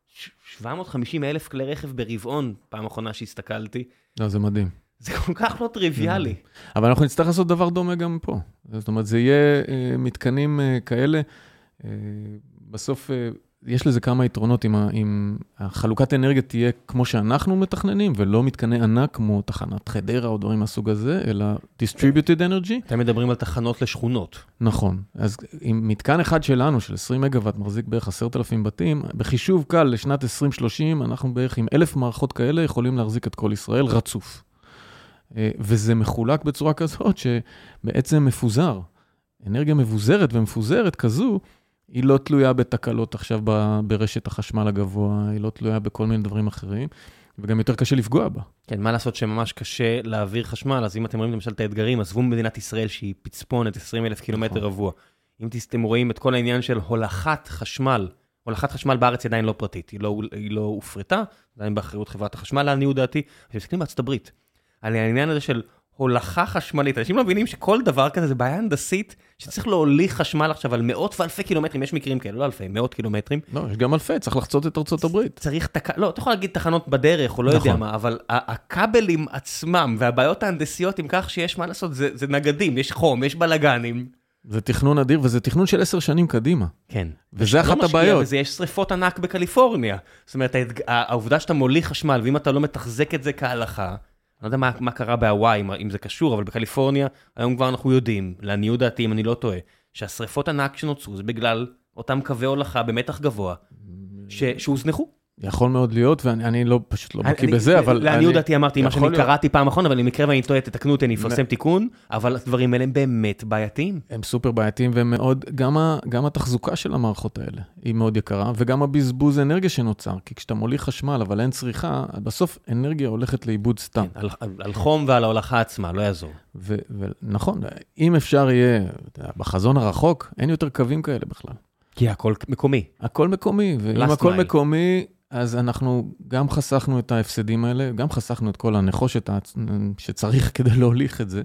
750,000 כלי רכב ברבעון, פעם האחרונה שהסתכלתי. לא, זה מדהים. זה כל כך לא טריוויאלי. אבל אנחנו נצטרך לעשות דבר דומה גם פה. זאת אומרת, זה יהיה מתקנים כאלה. בסוף יש לזה כמה יתרונות, אם החלוקת אנרגיה תהיה כמו שאנחנו מתכננים, ולא מתקני ענק כמו תחנת חדרה או דברים מהסוג הזה, אלא distributed energy. אתם מדברים על תחנות לשכונות. נכון. אז אם מתקן אחד שלנו, של 20 מגוואט, מחזיק בערך 10,000 בתים, בחישוב קל לשנת 2030, אנחנו בערך עם 1,000 מערכות כאלה יכולים להחזיק את כל ישראל רצוף. וזה מחולק בצורה כזאת שבעצם מפוזר. אנרגיה מבוזרת ומפוזרת כזו, היא לא תלויה בתקלות עכשיו ברשת החשמל הגבוה, היא לא תלויה בכל מיני דברים אחרים, וגם יותר קשה לפגוע בה. כן, מה לעשות שממש קשה להעביר חשמל, אז אם אתם רואים למשל את האתגרים, עזבו מדינת ישראל שהיא פצפונת 20,000 קילומטר רבוע. אם אתם רואים את כל העניין של הולכת חשמל, הולכת חשמל בארץ עדיין לא פרטית, היא לא הופרטה, עדיין באחריות חברת החשמל, לעניות דעתי, שמסתכלים בארצות הברית, על העניין הזה של הולכה חשמלית. אנשים לא מבינים שכל דבר כזה זה בעיה הנדסית, שצריך להוליך חשמל עכשיו על מאות ואלפי קילומטרים, יש מקרים כאלה, לא אלפי, מאות קילומטרים. לא, יש גם אלפי, צריך לחצות את ארצות הברית. צריך, לא, אתה יכול להגיד תחנות בדרך, או לא יודע מה, אבל הכבלים עצמם, והבעיות ההנדסיות עם כך שיש מה לעשות, זה נגדים, יש חום, יש בלגנים. זה תכנון אדיר, וזה תכנון של 10 שנים קדימה. כן. וזה אחת הבעיות. וזה יש שריפות ענק בקליפורניה. זאת אומרת, העובדה שאתה מוליך חשמל, ואם אתה לא מתחזק את זה כהלכה, אני לא יודע מה קרה בהוואי, אם זה קשור, אבל בקליפורניה, היום כבר אנחנו יודעים, לעניות דעתי, אם אני לא טועה, שהשריפות ענק שנוצרו, זה בגלל אותם קווי הולכה במתח גבוה, שהוזנחו. יכול מאוד להיות, ואני פשוט לא בקיא בזה, אבל... לעניות דעתי אמרתי, מה שאני קראתי פעם אחרונה, אבל אני מקרה ואני טועה, תתקנו אותי, אני אפרסם תיקון, אבל הדברים האלה הם באמת בעייתיים. הם סופר בעייתיים, ומאוד, גם התחזוקה של המערכות האלה היא מאוד יקרה, וגם הבזבוז אנרגיה שנוצר, כי כשאתה מוליך חשמל, אבל אין צריכה, בסוף אנרגיה הולכת לאיבוד סתם. על חום ועל ההולכה עצמה, לא יעזור. ונכון, אם אפשר יהיה, בחזון הרחוק, אין יותר קווים כאלה בכלל. כי הכל מקומי. הכל מקומי, ואם הכל מקומי, אז אנחנו גם חסכנו את ההפסדים האלה, גם חסכנו את כל הנחושת שצריך כדי להוליך את זה,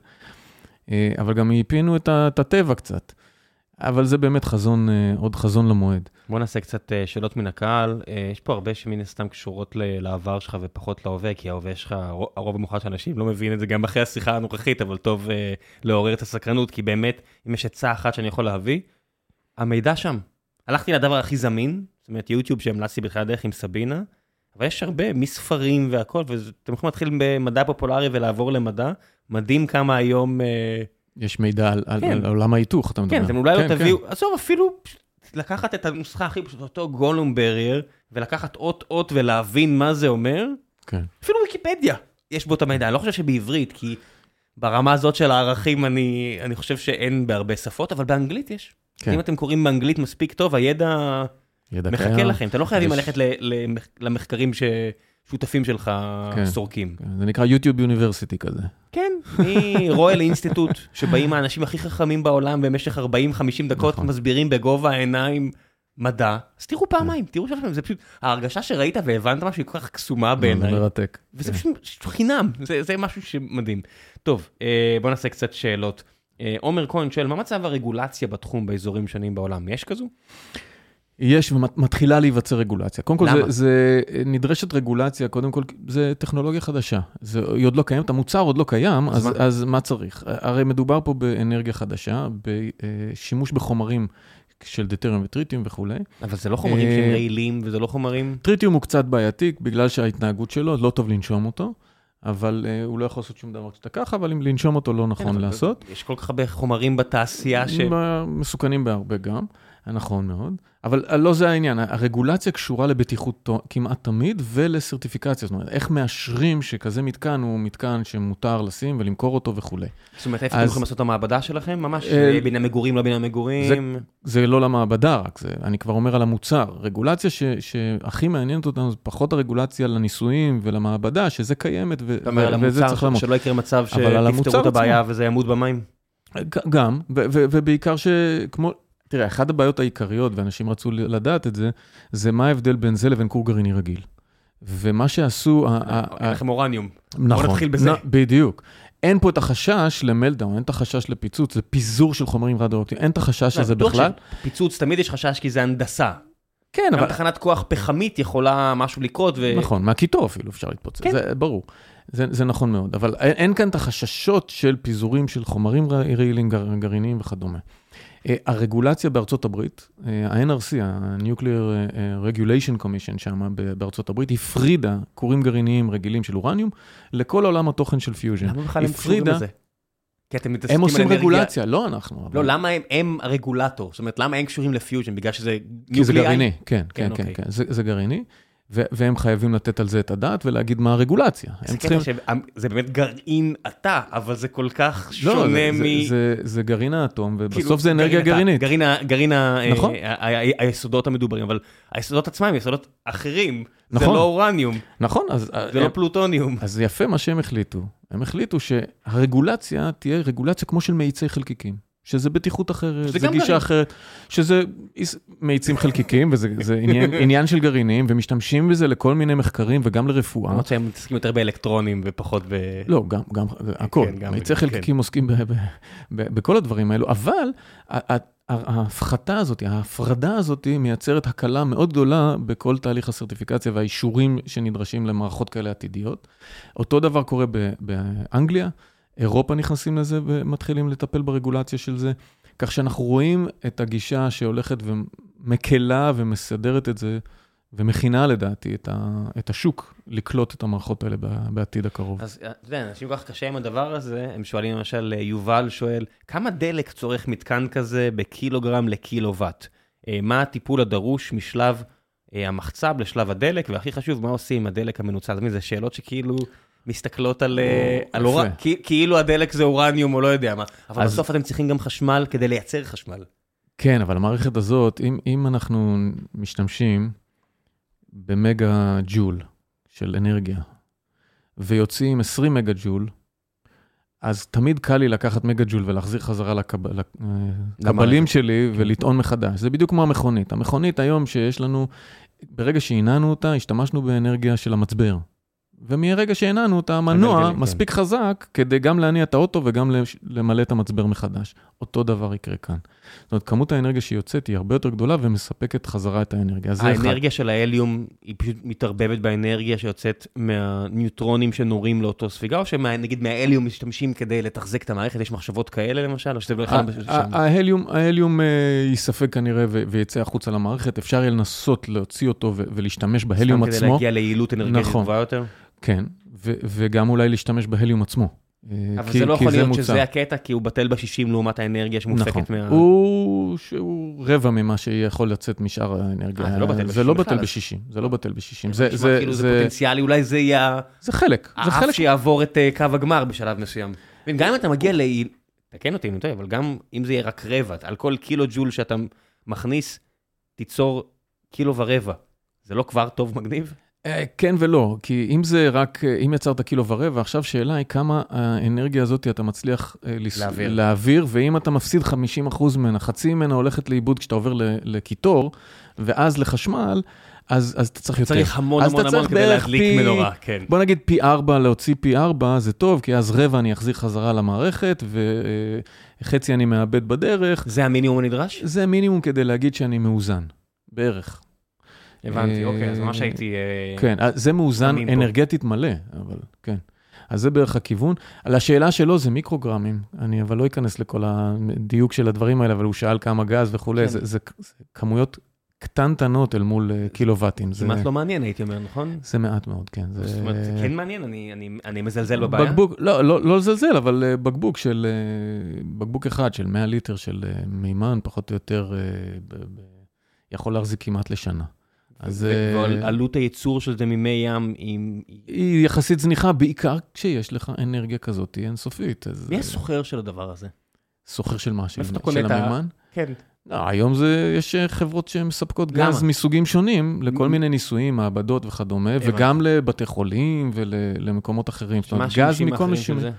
אבל גם היפינו את הטבע קצת. אבל זה באמת עוד חזון למועד. בוא נעשה קצת שאלות מן הקהל. יש פה הרבה שמן הסתם קשורות לעבר שלך ופחות להווה, כי ההווה שלך, הרוב המוחד של אנשים לא מבין את זה גם אחרי השיחה הנוכחית, אבל טוב לעורר את הסקרנות, כי באמת, אם יש עצה אחת שאני יכול להביא, המידע שם. הלכתי לדבר הכי זמין, זאת אומרת, יוטיוב שהמלצתי בתחילת דרך עם סבינה, אבל יש הרבה מספרים והכל, ואתם יכולים להתחיל במדע פופולרי ולעבור למדע, מדהים כמה היום... יש מידע על עולם ההיתוך, אתה מדבר. כן, אתם אולי לא תביאו, עזוב, אפילו לקחת את הנוסחה הכי פשוט, אותו גולום ברייר, ולקחת אות ולהבין מה זה אומר, אפילו ויקיפדיה יש בו את המידע, אני לא חושב שבעברית, כי ברמה הזאת של הערכים, אני חושב שאין בהרבה שפות, אבל באנגלית יש. כן. אם אתם קוראים באנגלית מספיק טוב, הידע מחכה לכם. אתם לא חייבים ללכת למחקרים ששותפים שלך סורקים. זה נקרא יוטיוב יוניברסיטי כזה. כן, מרויאל אינסטיטוט, שבאים האנשים הכי חכמים בעולם, במשך 40-50 דקות מסבירים בגובה העיניים מדע. אז תראו פעמיים, תראו שלכם, זה פשוט, ההרגשה שראית והבנת משהו היא כל כך קסומה בעיניי. זה מרתק. וזה פשוט חינם, זה משהו שמדהים. טוב, בואו נעשה קצת שאלות. עומר כהן שואל, מה מצב הרגולציה בתחום באזורים שונים בעולם? יש כזו? יש ומתחילה להיווצר רגולציה. קודם כל, זה נדרשת רגולציה, קודם כל, זה טכנולוגיה חדשה. היא עוד לא קיימת, המוצר עוד לא קיים, אז מה צריך? הרי מדובר פה באנרגיה חדשה, בשימוש בחומרים של דטריום וטריטיום וכו'. אבל זה לא חומרים שהם רעילים, וזה לא חומרים... טריטיום הוא קצת בעייתי, בגלל שההתנהגות שלו, לא טוב לנשום אותו, אבל הוא לא יכול לעשות שום דבר כשאתה ככה, אבל אם לנשום אותו לא נכון לעשות. יש כל כך הרבה חומרים בתעשייה מסוכנים בהרבה גם. נכון מאוד, אבל לא זה העניין, הרגולציה קשורה לבטיחות כמעט תמיד ולסרטיפיקציה, זאת אומרת, איך מאשרים שכזה מתקן הוא מתקן שמותר לשים ולמכור אותו וכו'. זאת אומרת, איפה אתם יכולים לעשות את המעבדה שלכם? ממש בין המגורים, לא בין המגורים? זה לא למעבדה רק, אני כבר אומר על המוצר. רגולציה שהכי מעניינת אותנו, זה פחות הרגולציה לניסויים ולמעבדה, שזה קיימת וזה צריך למות. שלא יקרה מצב שתפתרו את הבעיה וזה ימות במים? גם, ובעיקר שכמו... תראה, אחת הבעיות העיקריות, ואנשים רצו לדעת את זה, זה מה ההבדל בין זה לבין כור גרעיני רגיל. ומה שעשו... אין לכם אורניום. נכון. בוא נתחיל בזה. בדיוק. אין פה את החשש למלדאון, אין את החשש לפיצוץ, זה פיזור של חומרים רדיואקטיביים, אין את החשש הזה בכלל. פיצוץ תמיד יש חשש כי זה הנדסה. כן, אבל... גם תחנת כוח פחמית יכולה משהו לקרות ו... נכון, מהקיטור אפילו אפשר להתפוצץ, זה ברור. זה נכון מאוד, אבל אין כאן את החששות של פיזורים של חומרים רעילים, גרעיניים וכדומה. הרגולציה בארצות הברית, ה-NRC, ה-Nuclear Regulation Commission שם בארצות הברית, הפרידה כורים גרעיניים רגילים של אורניום, לכל עולם התוכן של פיוז'ן. למה בכלל הם קשורים לזה? הם עושים רגולציה, לא אנחנו. לא, למה הם הרגולטור? זאת אומרת, למה הם קשורים לפיוז'ן? בגלל שזה... כי זה גרעיני, כן, זה גרעיני. והם חייבים לתת על זה את הדעת ולהגיד מה הרגולציה. זה באמת גרעין אתה, אבל זה כל כך שונה מ... זה גרעין האטום, ובסוף זה אנרגיה גרעינית. גרעין היסודות המדוברים, אבל היסודות עצמם הם יסודות אחרים. זה לא אורניום. נכון. זה לא פלוטוניום. אז יפה מה שהם החליטו. הם החליטו שהרגולציה תהיה רגולציה כמו של מאיצי חלקיקים. שזה בטיחות אחרת, זה גישה אחרת, שזה מאיצים חלקיקים, וזה עניין של גרעינים, ומשתמשים בזה לכל מיני מחקרים, וגם לרפואה. למרות שהם מתעסקים יותר באלקטרונים, ופחות ב... לא, גם הכל. מאיצי חלקיקים עוסקים בכל הדברים האלו, אבל ההפחתה הזאת, ההפרדה הזאת, מייצרת הקלה מאוד גדולה בכל תהליך הסרטיפיקציה, והאישורים שנדרשים למערכות כאלה עתידיות. אותו דבר קורה באנגליה, אירופה נכנסים לזה ומתחילים לטפל ברגולציה של זה, כך שאנחנו רואים את הגישה שהולכת ומקלה ומסדרת את זה, ומכינה לדעתי את השוק לקלוט את המערכות האלה בעתיד הקרוב. אז אתה יודע, אנשים כל כך קשה עם הדבר הזה, הם שואלים למשל, יובל שואל, כמה דלק צורך מתקן כזה בקילוגרם לקילוואט? מה הטיפול הדרוש משלב המחצב לשלב הדלק, והכי חשוב, מה עושים עם הדלק המנוצל? זה שאלות שכאילו... מסתכלות על כאילו הדלק זה אורניום או לא יודע מה, אבל בסוף אתם צריכים גם חשמל כדי לייצר חשמל. כן, אבל המערכת הזאת, אם אנחנו משתמשים במגה ג'ול של אנרגיה, ויוצאים 20 מגה ג'ול, אז תמיד קל לי לקחת מגה ג'ול ולהחזיר חזרה לקבלים שלי ולטעון מחדש. זה בדיוק כמו המכונית. המכונית היום שיש לנו, ברגע שהעיננו אותה, השתמשנו באנרגיה של המצבר. ומרגע שהעננו אותה, המנוע מספיק חזק, כדי גם להניע את האוטו וגם למלא את המצבר מחדש. אותו דבר יקרה כאן. זאת אומרת, כמות האנרגיה שיוצאת היא הרבה יותר גדולה, ומספקת חזרה את האנרגיה. האנרגיה של ההליום היא פשוט מתערבבת באנרגיה שיוצאת מהניוטרונים שנורים לאותו ספיגה, או שנגיד מההליום משתמשים כדי לתחזק את המערכת? יש מחשבות כאלה למשל, או שזה בכלל... ההליום יספק כנראה ויצא החוצה למערכת. אפשר יהיה לנסות להוציא אותו ולהשתמש בהליום עצמו. סתם כדי להגיע ליעילות אנרגטית גבוהה יותר? כן, וגם אולי להשתמש בהליום עצמו. אבל זה לא יכול להיות שזה הקטע, כי הוא בטל ב-60 לעומת האנרגיה שמופקת מה... הוא רבע ממה שיכול לצאת משאר האנרגיה. זה לא בטל ב-60. זה לא בטל ב-60. זה פוטנציאלי, אולי זה יהיה... זה חלק. האף שיעבור את קו הגמר בשלב מסוים. וגם אם אתה מגיע תקן אותי, אבל גם אם זה יהיה רק רבע, על כל קילו ג'ול שאתה מכניס, תיצור קילו ורבע. זה לא כבר טוב מגניב? כן ולא, כי אם זה רק, אם יצרת קילו ורבע, עכשיו שאלה היא כמה האנרגיה הזאת אתה מצליח להעביר, ואם אתה מפסיד 50% ממנה, חצי ממנה הולכת לאיבוד כשאתה עובר לקיטור, ואז לחשמל, אז אתה צריך יותר. צריך המון כדי להדליק מנורה, כן. בוא נגיד פי 4, להוציא פי 4, זה טוב, כי אז רבע אני אחזיר חזרה למערכת, וחצי אני מאבד בדרך. זה המינימום הנדרש? זה המינימום כדי להגיד שאני מאוזן, בערך. הבנתי, אוקיי, אז ממש הייתי... כן, זה מאוזן אנרגטית מלא, אבל כן. אז זה בערך הכיוון. על השאלה שלו זה מיקרוגרמים, אני אבל לא אכנס לכל הדיוק של הדברים האלה, אבל הוא שאל כמה גז וכו', זה כמויות קטנטנות אל מול קילוואטים. כמעט לא מעניין, הייתי אומר, נכון? זה מעט מאוד, כן. זאת אומרת, זה כן מעניין, אני מזלזל בבעיה? לא לזלזל, אבל בקבוק אחד של 100 ליטר של מימן, פחות או יותר, יכול להחזיק כמעט לשנה. ועלות הייצור של זה ממי ים היא יחסית זניחה, בעיקר כשיש לך אנרגיה כזאת אינסופית. מי הסוחר של הדבר הזה? סוחר של מה? של המימן? כן. היום יש חברות שמספקות גז מסוגים שונים, לכל מיני ניסויים, מעבדות וכדומה, וגם לבתי חולים ולמקומות אחרים. מה שימושים אחרים של זה?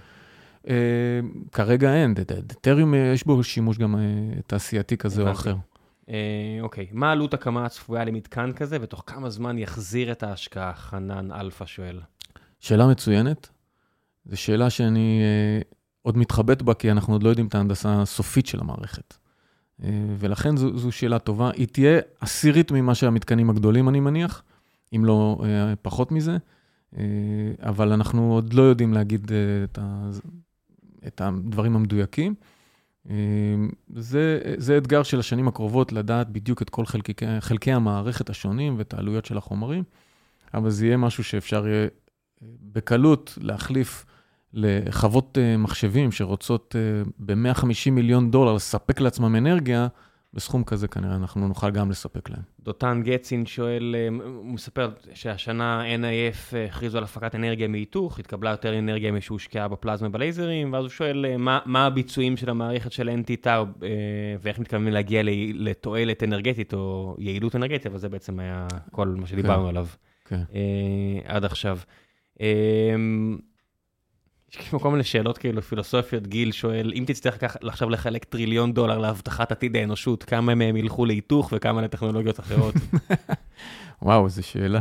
כרגע אין, דטריום יש בו שימוש גם תעשייתי כזה או אחר. אוקיי, מה עלות הקמה הצפויה למתקן כזה, ותוך כמה זמן יחזיר את ההשקעה? חנן אלפא שואל. שאלה מצוינת. זו שאלה שאני עוד מתחבט בה, כי אנחנו עוד לא יודעים את ההנדסה הסופית של המערכת. ולכן זו שאלה טובה. היא תהיה עשירית ממה שהמתקנים הגדולים, אני מניח, אם לא פחות מזה, אבל אנחנו עוד לא יודעים להגיד את הדברים המדויקים. זה אתגר של השנים הקרובות, לדעת בדיוק את כל חלקי המערכת השונים ואת העלויות של החומרים, אבל זה יהיה משהו שאפשר יהיה בקלות להחליף לחוות מחשבים שרוצות ב$150 מיליון לספק לעצמם אנרגיה, בסכום כזה כנראה אנחנו נוכל גם לספק להם. דותן גצין שואל, הוא מספר שהשנה NIF הכריזו על הפקת אנרגיה מהיתוך, התקבלה יותר אנרגיה משהושקעה בפלזמה בלייזרים, ואז הוא שואל מה הביצועים של המערכת של NT-TAU, ואיך מתכוונים להגיע לתועלת אנרגטית או יעילות אנרגטית, אבל זה בעצם היה כל מה שדיברנו עליו עד עכשיו. יש כל מיני שאלות כאילו פילוסופיות, גיל שואל, אם תצטרך עכשיו לחלק $1 טריליון להבטחת עתיד האנושות, כמה מהם ילכו להיתוך וכמה לטכנולוגיות אחרות? וואו, איזו שאלה.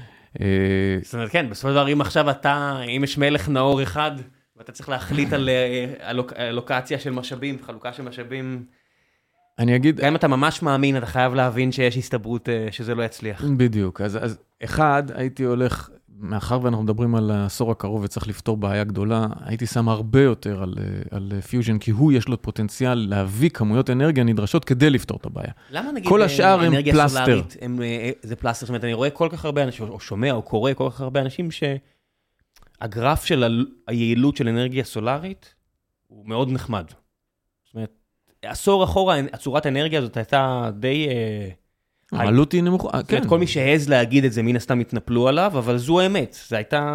זאת אומרת, כן, בסופו של דבר, אם עכשיו אתה, אם יש מלך נאור אחד, ואתה צריך להחליט על לוקציה של משאבים, חלוקה של משאבים, אני אגיד... גם אם אתה ממש מאמין, אתה חייב להבין שיש הסתברות שזה לא יצליח. בדיוק, אז אחד, הייתי הולך... מאחר ואנחנו מדברים על העשור הקרוב וצריך לפתור בעיה גדולה, הייתי שם הרבה יותר על פיוז'ן, כי הוא יש לו פוטנציאל להביא כמויות אנרגיה נדרשות כדי לפתור את הבעיה. למה נגיד כל השאר הם פלסטר? זה פלסטר, זאת אומרת, אני רואה כל כך הרבה אנשים, או שומע או קורא כל כך הרבה אנשים, שהגרף של היעילות של אנרגיה סולארית הוא מאוד נחמד. זאת אומרת, עשור אחורה, הצורת האנרגיה הזאת הייתה די... העלות היא נמוכה, כן. כל מי שהעז להגיד את זה, מן הסתם התנפלו עליו, אבל זו האמת. זה הייתה...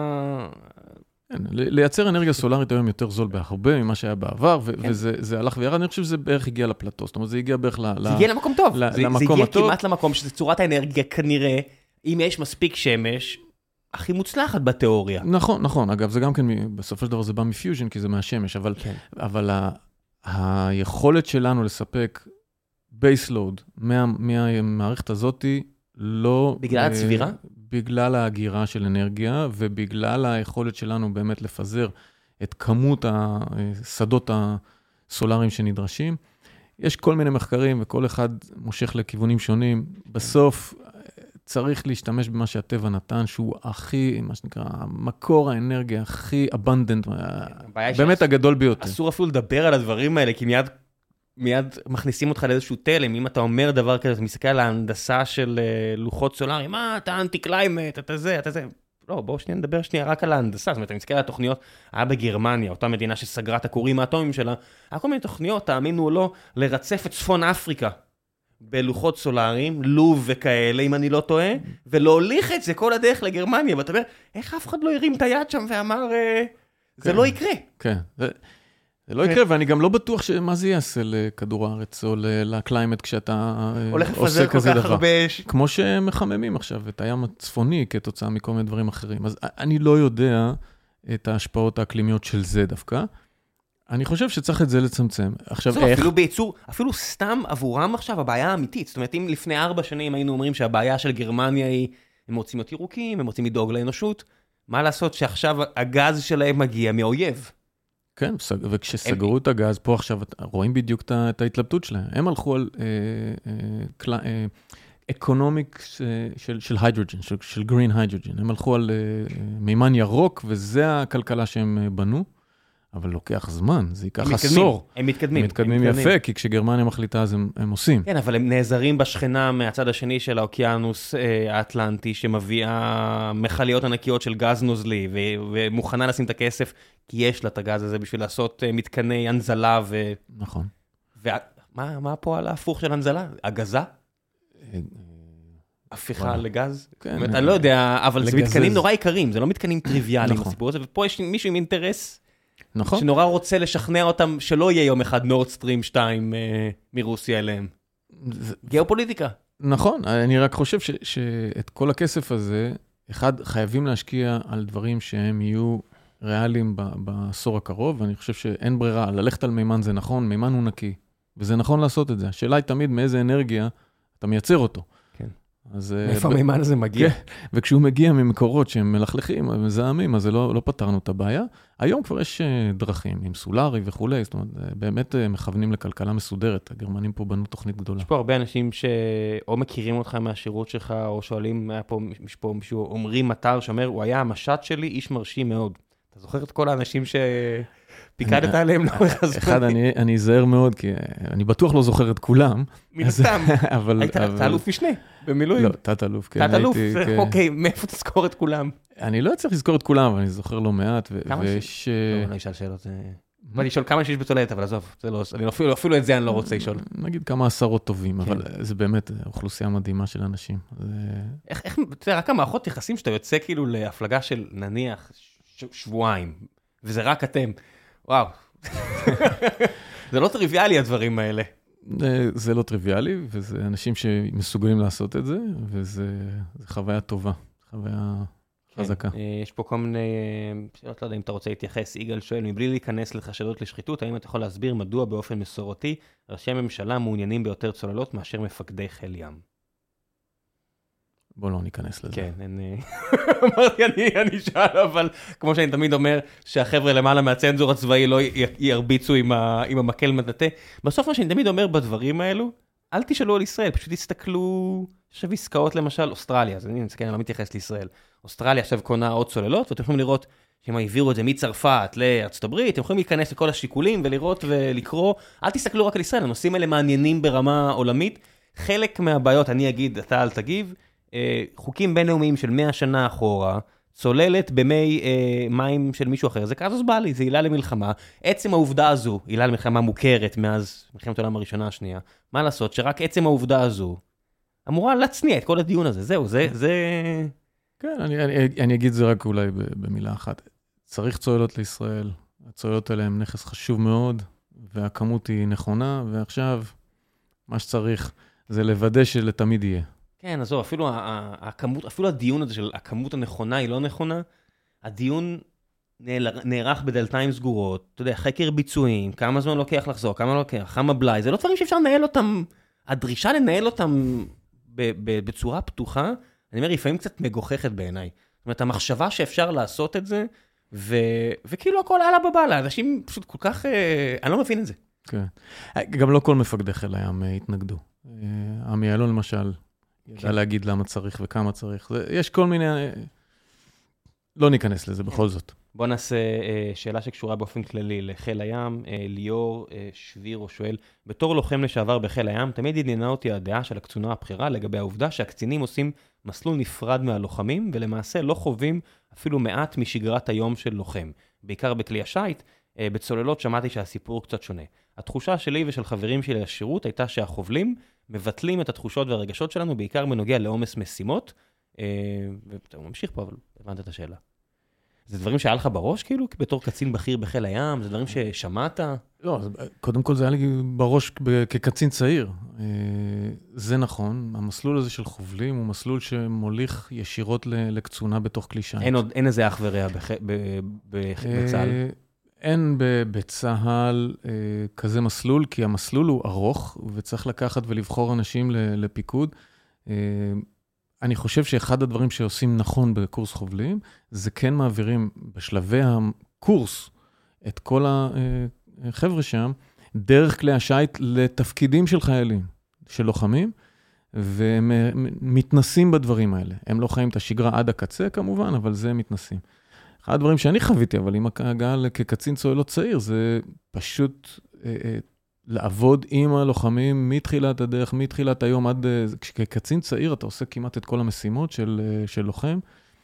לייצר אנרגיה סולארית היום יותר זול בהרבה ממה שהיה בעבר, וזה הלך וירד, אני חושב שזה בערך הגיע לפלטו, זאת אומרת, זה הגיע בערך זה הגיע למקום טוב. זה הגיע כמעט למקום, שזה צורת האנרגיה כנראה, אם יש מספיק שמש, הכי מוצלחת בתיאוריה. נכון, נכון. אגב, זה גם כן, בסופו של דבר זה בא מפיוז'ן, כי זה מהשמש, אבל היכולת שלנו לספק בייסלוד מהמערכת הזאת לא... בגלל הצבירה? בגלל ההגירה של אנרגיה, ובגלל היכולת שלנו באמת לפזר את כמות השדות הסולאריים שנדרשים. יש כל מיני מחקרים, וכל אחד מושך לכיוונים שונים. בסוף צריך להשתמש במה שהטבע נתן, שהוא הכי, מה שנקרא, מקור האנרגיה הכי abundant, באמת הגדול ביותר. אסור אפילו לדבר על הדברים האלה, כי מיד מכניסים אותך לאיזשהו תלם, אם אתה אומר דבר כזה, אתה מסתכל על ההנדסה של לוחות סולאריים, אתה אנטי קליימט, אתה זה. לא, בואו נדבר רק על ההנדסה, זאת אומרת, אני מסתכל על התוכניות, היה בגרמניה, אותה מדינה שסגרה את הכורים האטומיים שלה, היה כל מיני תוכניות, תאמינו או לא, לרצף את צפון אפריקה, בלוחות סולאריים, לוב וכאלה, אם אני לא טועה, ולהוליך את זה כל הדרך לגרמניה, ואתה אומר, איך אף אחד לא הרים את היד שם ואמר, זה לא יקרה. כן, זה לא יקרה, ואני גם לא בטוח מה זה יעשה לכדור הארץ או לקליימט כשאתה עושה כזה דבר. כמו שמחממים עכשיו את הים הצפוני כתוצאה מכל מיני דברים אחרים. אז אני לא יודע את ההשפעות האקלימיות של זה דווקא. אני חושב שצריך את זה לצמצם. עכשיו איך? אפילו בייצור, אפילו סתם עבורם עכשיו הבעיה האמיתית. זאת אומרת, אם לפני 4 שנים היינו אומרים שהבעיה של גרמניה היא, הם רוצים להיות ירוקים, הם רוצים לדאוג לאנושות, מה לעשות שעכשיו הגז שלהם מגיע מאויב? כן, וכשסגרו את הגז, פה עכשיו רואים בדיוק את ההתלבטות שלהם. הם הלכו על אקונומיקס של היידרוג'ן, של גרין היידרוג'ן. הם הלכו על מימן ירוק, וזה הכלכלה שהם בנו, אבל לוקח זמן, זה ייקח עשור. הם מתקדמים. הם מתקדמים יפה, כי כשגרמניה מחליטה, אז הם עושים. כן, אבל הם נעזרים בשכנה מהצד השני של האוקיינוס האטלנטי, שמביאה מכליות ענקיות של גז נוזלי, ומוכנה לשים את הכסף, כי יש לה את הגז הזה בשביל לעשות מתקני הנזלה. נכון. מה פה על ההפוך של הנזלה? הגזה? הפיכה לגז? אני לא יודע, אבל זה מתקנים נורא יקרים, זה לא מתקנים טריוויאליים בסיפור הזה, ופה יש מישהו עם אינטרס, נכון. שנורא רוצה לשכנע אותם שלא יהיה יום אחד נורד סטרים 2 מרוסיה אליהם. גיאופוליטיקה. נכון, אני רק חושב שאת כל הכסף הזה, אחד, חייבים להשקיע על דברים שהם יהיו ריאליים בעשור הקרוב, ואני חושב שאין ברירה, ללכת על מימן זה נכון, מימן הוא נקי, וזה נכון לעשות את זה. השאלה היא תמיד מאיזה אנרגיה אתה מייצר אותו. מאיפה המימן הזה מגיע? וכשהוא מגיע ממקורות שהם מלכלכים, מזהמים, אז לא פתרנו את הבעיה. היום כבר יש דרכים, עם סולארי וכו', זאת אומרת, באמת מכוונים לכלכלה מסודרת. הגרמנים פה בנו תוכנית גדולה. יש פה הרבה אנשים שאו מכירים אותך מהשירות שלך, או שואלים, יש פה מישהו, אומרים מטר שאומר, הוא היה המשט שלי, איש מרשים מאוד. אתה זוכר את כל האנשים פיקדת עליהם לאורך הזמן. אחד, אני אזהר מאוד, כי אני בטוח לא זוכר את כולם. מן סתם, היית תת-אלוף משנה במילואים. לא, תת-אלוף, כן. תת-אלוף, אוקיי, מאיפה תזכור את כולם? אני לא צריך לזכור את כולם, אבל אני זוכר לא מעט, ויש... לא, אני אשאל שאלות. אני אשאל כמה שיש בצוללת, אבל עזוב, אפילו את זה אני לא רוצה לשאול. נגיד כמה עשרות טובים, אבל זה באמת אוכלוסייה מדהימה של אנשים. איך, אתה יודע, רק המערכות יחסים שאתה יוצא כאילו להפלגה של נניח שבועיים, וזה רק אתם. וואו. זה לא טריוויאלי הדברים האלה. זה לא טריוויאלי, וזה אנשים שמסוגלים לעשות את זה, וזה חוויה טובה, חוויה חזקה. יש פה כל מיני, לא יודע אם אתה רוצה להתייחס, יגאל שואל, מבלי להיכנס לחשדות לשחיתות, האם אתה יכול להסביר מדוע באופן מסורתי, ראשי ממשלה מעוניינים ביותר צוללות מאשר מפקדי חיל ים? בוא לא ניכנס לזה. כן, אמרתי, אני שאל, אבל כמו שאני תמיד אומר, שהחבר'ה למעלה מהצנזור הצבאי לא ירביצו עם המקל מטאטא. בסוף מה שאני תמיד אומר בדברים האלו, אל תשאלו על ישראל, פשוט תסתכלו, עכשיו עסקאות למשל, אוסטרליה, אז אני לא מתייחס לישראל. אוסטרליה עכשיו קונה עוד צוללות, ואתם יכולים לראות שאם העבירו את זה מצרפת לארצות הברית, אתם יכולים להיכנס לכל השיקולים ולראות ולקרוא, אל תסתכלו רק על ישראל, הנושאים האלה מעניינים ברמה עולמית. חלק מהבעיות, אני אגיד, אתה אל תגיב, חוקים בינלאומיים של 100 שנה אחורה, צוללת במי מים של מישהו אחר, זה קאזוס בלי, זה עילה למלחמה. עצם העובדה הזו, עילה למלחמה מוכרת מאז מלחמת העולם הראשונה השנייה, מה לעשות שרק עצם העובדה הזו, אמורה להצניע את כל הדיון הזה, זהו, זה... כן, אני אגיד זה רק אולי במילה אחת. צריך צוללות לישראל, הצוללות האלה הן נכס חשוב מאוד, והכמות היא נכונה, ועכשיו מה שצריך זה לוודא שלתמיד יהיה. כן, אז זו, אפילו הדיון הזה של הכמות הנכונה היא לא נכונה, הדיון נערך בדלתיים סגורות, אתה יודע, חקר ביצועים, כמה זמן לוקח לחזור, כמה לוקח, כמה בלי, זה לא דברים שאפשר לנהל אותם, הדרישה לנהל אותם בצורה פתוחה, אני אומר, לפעמים קצת מגוחכת בעיניי. זאת אומרת, המחשבה שאפשר לעשות את זה, וכאילו הכל עלה בבעלה, אנשים פשוט כל כך, אני לא מבין את זה. כן. גם לא כל מפקדי חיל הים התנגדו. עמי אלון למשל, ידע להגיד למה צריך וכמה צריך. יש כל מיני... לא ניכנס לזה בכל זאת. בוא נעשה שאלה שקשורה באופן כללי לחיל הים. ליאור שבירו שואל, בתור לוחם לשעבר בחיל הים, תמיד עניינה אותי הדעה של הקצונה הבכירה לגבי העובדה שהקצינים עושים מסלול נפרד מהלוחמים, ולמעשה לא חווים אפילו מעט משגרת היום של לוחם. בעיקר בכלי השייט, בצוללות שמעתי שהסיפור קצת שונה. התחושה שלי ושל חברים שלי לשירות הייתה שהחובלים מבטלים את התחושות והרגשות שלנו, בעיקר בנוגע לעומס משימות, ואתה ממשיך פה, אבל הבנת את השאלה. זה דברים שהיה לך בראש, כאילו, בתור קצין בכיר בחיל הים? זה דברים ששמעת? לא, קודם כל זה היה לי בראש כקצין צעיר. זה נכון, המסלול הזה של חובלים הוא מסלול שמוליך ישירות לקצונה בתוך כלי שיט. אין איזה אח ורע בצה"ל? אין בצה"ל כזה מסלול, כי המסלול הוא ארוך, וצריך לקחת ולבחור אנשים לפיקוד. אני חושב שאחד הדברים שעושים נכון בקורס חובלים, זה כן מעבירים בשלבי הקורס את כל החבר'ה שם, דרך כלי השייט לתפקידים של חיילים, של לוחמים, והם מתנסים בדברים האלה. הם לא חיים את השגרה עד הקצה כמובן, אבל זה הם מתנסים. אחד הדברים שאני חוויתי, אבל עם הגעה כקצין צוללות צעיר, זה פשוט לעבוד עם הלוחמים מתחילת הדרך, מתחילת היום עד... כקצין צעיר אתה עושה כמעט את כל המשימות של לוחם,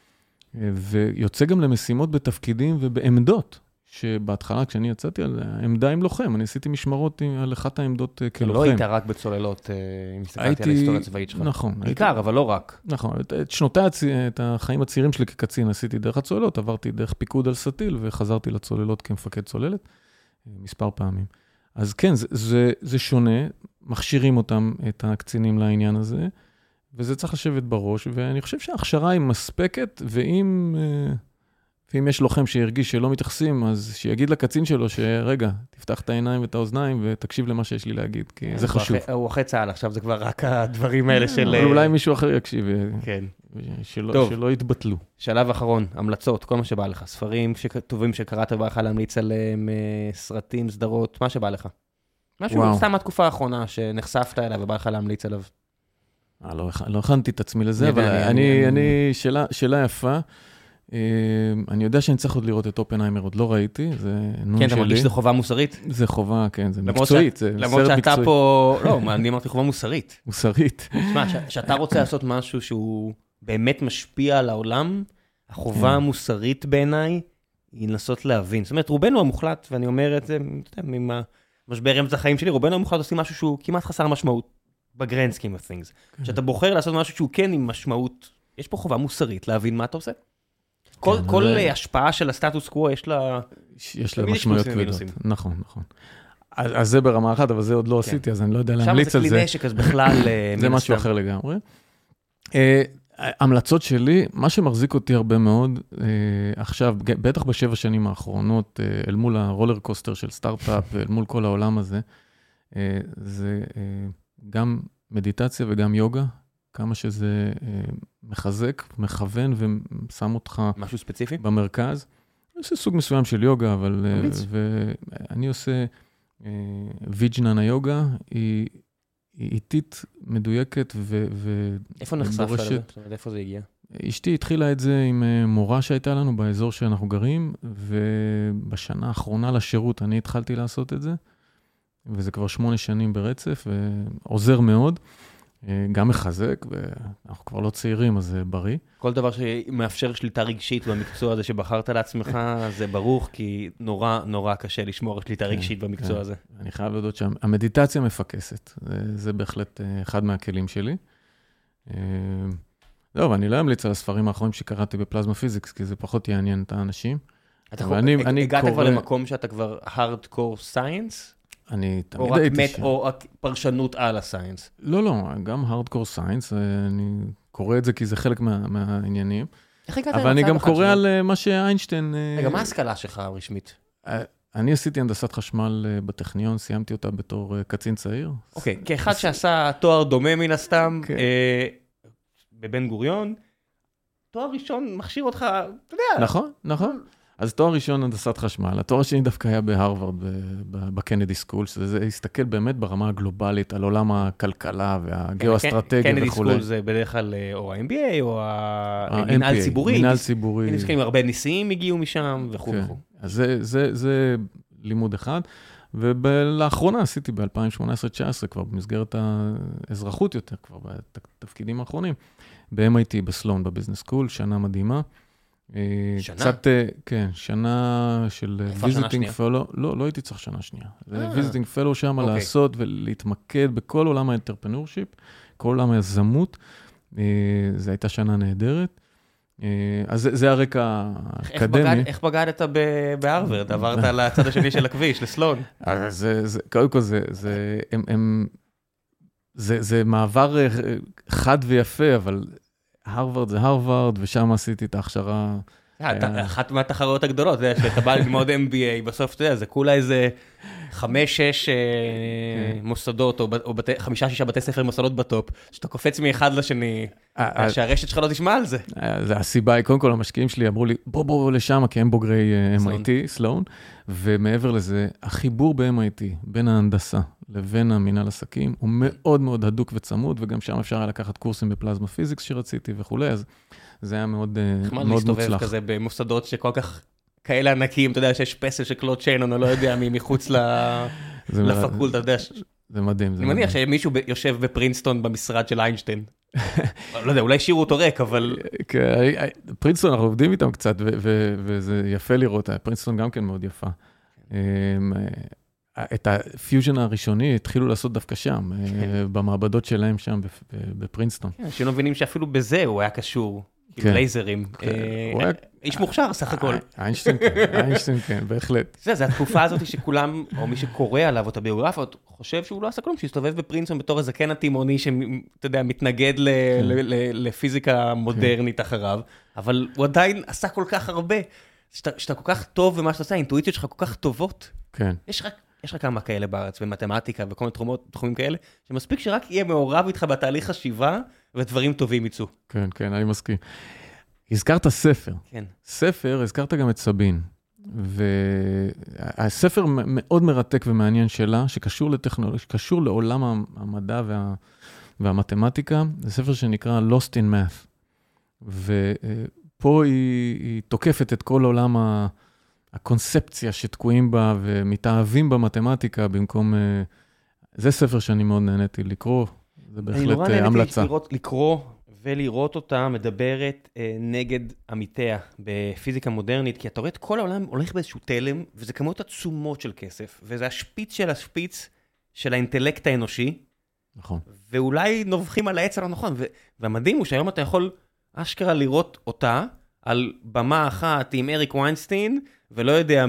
ויוצא גם למשימות בתפקידים ובעמדות, שבהתחלה כשאני יצאתי על העמדה עם לוחם, אני עשיתי משמרות על אחת העמדות כלוחם. לא היית רק בצוללות, אם הסתכלתי על ההיסטוריה הצבאית שלך. נכון. בעיקר, אבל לא רק. נכון. את החיים הצעירים שלי כקצין עשיתי דרך הצוללות, עברתי דרך פיקוד על סטיל, וחזרתי לצוללות כמפקד צוללת, מספר פעמים. אז כן, זה שונה, מכשירים אותם, את הקצינים לעניין הזה, וזה צריך לשבת בראש, ואני חושב שההכשרה היא מספקת, ואם יש לוחם שירגיש שלא מתייחסים, אז שיגיד לקצין שלו שרגע, תפתח את העיניים ואת האוזניים, ותקשיב למה שיש לי להגיד, כי זה חשוב. הוא אחרי צהל, עכשיו זה כבר רק הדברים האלה של... אבל אולי מישהו אחר יקשיב, שלא יתבטלו. שלב אחרון, המלצות, כל מה שבא לך, ספרים טובים שקראת ובא לך להמליץ עליהם, סרטים, סדרות, מה שבא לך. משהו סתם מהתקופה האחרונה שנחשפת אליו ובא לך להמליץ עליו. לא הכנתי את עצמי לזה, אבל שאלה יפה. אני יודע שאני צריך עוד לראות את אופנהיימר, עוד לא ראיתי, זה נון שלי. כן, אתה מרגיש שזה חובה מוסרית? זה חובה, כן, זה מקצועית, זה סרט מקצועית. למרות שאתה פה, לא, אני אמרתי חובה מוסרית. מוסרית. תשמע, שאתה רוצה לעשות משהו שהוא באמת משפיע על העולם, החובה המוסרית בעיניי, היא לנסות להבין. זאת אומרת, רובנו המוחלט, ואני אומר את זה, עם המשבר אמצע החיים שלי, רובנו המוחלט עושים משהו שהוא כמעט חסר משמעות, ב-grand scheme of things. שאתה בוחר לעשות משהו שהוא כן עם משמעות, יש פה חובה מוסרית להבין מה אתה עושה. כל השפעה של הסטטוס קוו יש לה משמעויות כבדות. נכון, נכון. אז זה ברמה אחת, אבל זה עוד לא עשיתי, אז אני לא יודע להמליץ על זה. שם זה כלי נשק, אז בכלל... זה משהו אחר לגמרי. המלצות שלי, מה שמחזיק אותי הרבה מאוד, עכשיו, בטח בשבע שנים האחרונות, אל מול הרולר קוסטר של סטארט-אפ, אל מול כל העולם הזה, זה גם מדיטציה וגם יוגה, כמה שזה מחזק, מכוון ושם אותך... משהו ספציפי? במרכז. אני עושה סוג מסוים של יוגה, אבל... ואני עושה ויג'ננה יוגה, היא איטית, מדויקת איפה נחשפת לזה? איפה זה הגיע? אשתי התחילה את זה עם מורה שהייתה לנו באזור שאנחנו גרים, ובשנה האחרונה לשירות אני התחלתי לעשות את זה, וזה כבר 8 שנים ברצף, ועוזר מאוד. גם מחזק, ואנחנו כבר לא צעירים, אז זה בריא. כל דבר שמאפשר שליטה רגשית במקצוע הזה שבחרת לעצמך, זה ברוך, כי נורא נורא קשה לשמור שליטה רגשית במקצוע הזה. אני חייב להודות שהמדיטציה מפקסת, זה בהחלט אחד מהכלים שלי. לא, ואני לא אמליץ על הספרים האחרונים שקראתי בפלזמה פיזיקס, כי זה פחות יעניין את האנשים. הגעת כבר למקום שאתה כבר הארדקור סיינס? אני תמיד הייתי שם. או רק פרשנות על הסיינס? לא, גם הארדקור סיינס, אני קורא את זה כי זה חלק מהעניינים. אבל אני גם קורא על מה שאיינשטיין... רגע, מה ההשכלה שלך הרשמית? אני עשיתי הנדסת חשמל בטכניון, סיימתי אותה בתור קצין צעיר. אוקיי, כאחד שעשה תואר דומה מן הסתם, בבן גוריון, תואר ראשון מכשיר אותך, אתה יודע. נכון. אז תואר ראשון הנדסת חשמל, התואר השני דווקא היה בהרווארד, בקנדי סקול, שזה הסתכל באמת ברמה הגלובלית, על עולם הכלכלה והגיאו-אסטרטגיה וכו'. קנדי סקול זה בדרך כלל או ה-MBA או המנהל ציבורי. מנהל ציבורי. הרבה נשיאים הגיעו משם וכו'. אז זה לימוד אחד, ולאחרונה עשיתי ב-2018-2019, כבר במסגרת האזרחות יותר, כבר בתפקידים האחרונים, ב-MIT, בסלון, בביזנס סקול, שנה מדהימה. שנה? קצת, כן, שנה של ויזיטינג פלו, לא הייתי צריך שנה שנייה. זה ויזיטינג פלו שם לעשות ולהתמקד בכל עולם האנטרפנורשיפ, כל עולם היזמות, זו הייתה שנה נהדרת. אז זה הרקע האקדמי. איך בגדת בהרווארד? עברת לצד השני של הכביש, לסלון. קודם כל, זה מעבר חד ויפה, אבל הרווארד זה הרווארד, ושם עשיתי את ההכשרה. אחת מהתחרויות הגדולות, שאתה בא ללמוד MBA, בסוף אתה יודע, זה כולה איזה 5-6 מוסדות, או 5-6 בתי ספר מוסדות בטופ, שאתה קופץ מאחד לשני, שהרשת שלך לא תשמע על זה. זה הסיבה, קודם כל המשקיעים שלי אמרו לי, בוא לשם, כי הם בוגרי MIT, סלון, ומעבר לזה, החיבור ב-MIT, בין ההנדסה לבין המינהל עסקים, הוא מאוד מאוד הדוק וצמוד, וגם שם אפשר היה לקחת קורסים בפלזמה פיזיקס שרציתי וכו', אז זה היה מאוד מוצלח. להסתובב כזה במוסדות שכל כך כאלה ענקים, אתה יודע שיש פסל של קלוד שיינון, או לא יודע, מחוץ לפקולטה, אתה יודע. זה מדהים. אני מניח שמישהו יושב בפרינסטון במשרד של איינשטיין. לא יודע, אולי שירו אותו ריק, אבל... פרינסטון, אנחנו עובדים איתם קצת, וזה יפה לראות, פרינסטון גם כן מאוד יפה. את הפיוז'ן הראשוני התחילו לעשות דווקא שם, במעבדות שלהם שם בפרינסטון. אנשים לא מבינים שאפילו בזה הוא היה קשור. עם לייזרים. איש מוכשר, סך הכל. איינשטיין כן, בהחלט. זה התקופה הזאת שכולם, או מי שקורא עליו את הביוגרפיות, חושב שהוא לא עשה כלום, שהסתובב בפרינסטון בתור הזקן התימוני, שאתה יודע, מתנגד לפיזיקה מודרנית אחריו, אבל הוא עדיין עשה כל כך הרבה, שאתה כל כך טוב במה שאתה עושה, האינטואיציות שלך כל כך טובות. כן. יש לך כמה כאלה בארץ, במתמטיקה וכל מיני תחומים כאלה, שמספיק שרק יהיה מעורב איתך בתהליך חשיבה, ודברים טובים יצאו. כן, כן, אני מסכים. הזכרת ספר. כן. ספר, הזכרת גם את סבין. והספר מאוד מרתק ומעניין שלה, שקשור לטכנולוגיה, שקשור לעולם המדע והמתמטיקה, זה ספר שנקרא Lost in Math. ופה היא תוקפת את כל עולם הקונספציה שתקועים בה ומתאהבים במתמטיקה במקום... זה ספר שאני מאוד נהניתי לקרוא, זה בהחלט המלצה. אני נורא נהניתי לקרוא ולראות אותה מדברת נגד עמיתיה בפיזיקה מודרנית, כי אתה רואה את כל העולם הולך באיזשהו תלם, וזה כמות עצומות של כסף, וזה השפיץ של השפיץ של האינטלקט האנושי. נכון. ואולי נובחים על העץ הנכון, והמדהים הוא שהיום אתה יכול אשכרה לראות אותה על במה אחת עם אריק ויינסטיין, ולא יודע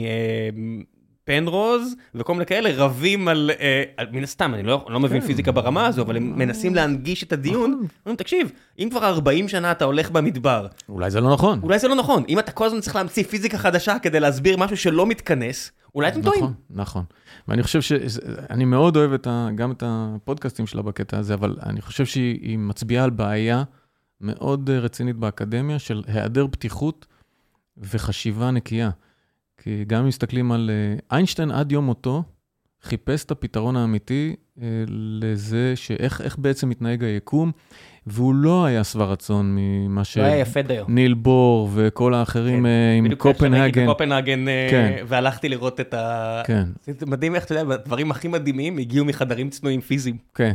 פנרוז, וכל מיני כאלה רבים על מן הסתם, אני לא מבין פיזיקה ברמה הזו, אבל הם מנסים להנגיש את הדיון. תקשיב, אם כבר 40 שנה אתה הולך במדבר. אולי זה לא נכון. אולי זה לא נכון. אם אתה כל הזמן צריך להמציא פיזיקה חדשה כדי להסביר משהו שלא מתכנס, אולי אתם טועים. נכון. ואני חושב שאני מאוד אוהב גם את הפודקאסטים שלה בקטע הזה, אבל אני חושב שהיא מצביעה על בעיה מאוד רצינית באקדמיה של היעדר פתיחות וחשיבה נקייה. כי גם אם מסתכלים על איינשטיין עד יום מותו, חיפש את הפתרון האמיתי לזה שאיך בעצם מתנהג היקום, והוא לא היה שבע רצון ממה ניל בור וכל האחרים עם קופנהגן. קופנהגן, והלכתי לראות את ה... כן. זה מדהים איך אתה יודע, הדברים הכי מדהימים הגיעו מחדרים צנועים פיזיים. כן.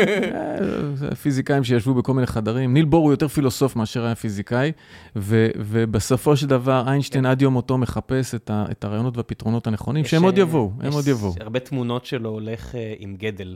פיזיקאים שישבו בכל מיני חדרים. ניל בור הוא יותר פילוסוף מאשר היה פיזיקאי, ובסופו של דבר איינשטיין עד יום מותו מחפש את הרעיונות והפתרונות הנכונים, שהם עוד יבואו, הם עוד יבואו. יש הרבה תמונות שלו הולך עם גדל.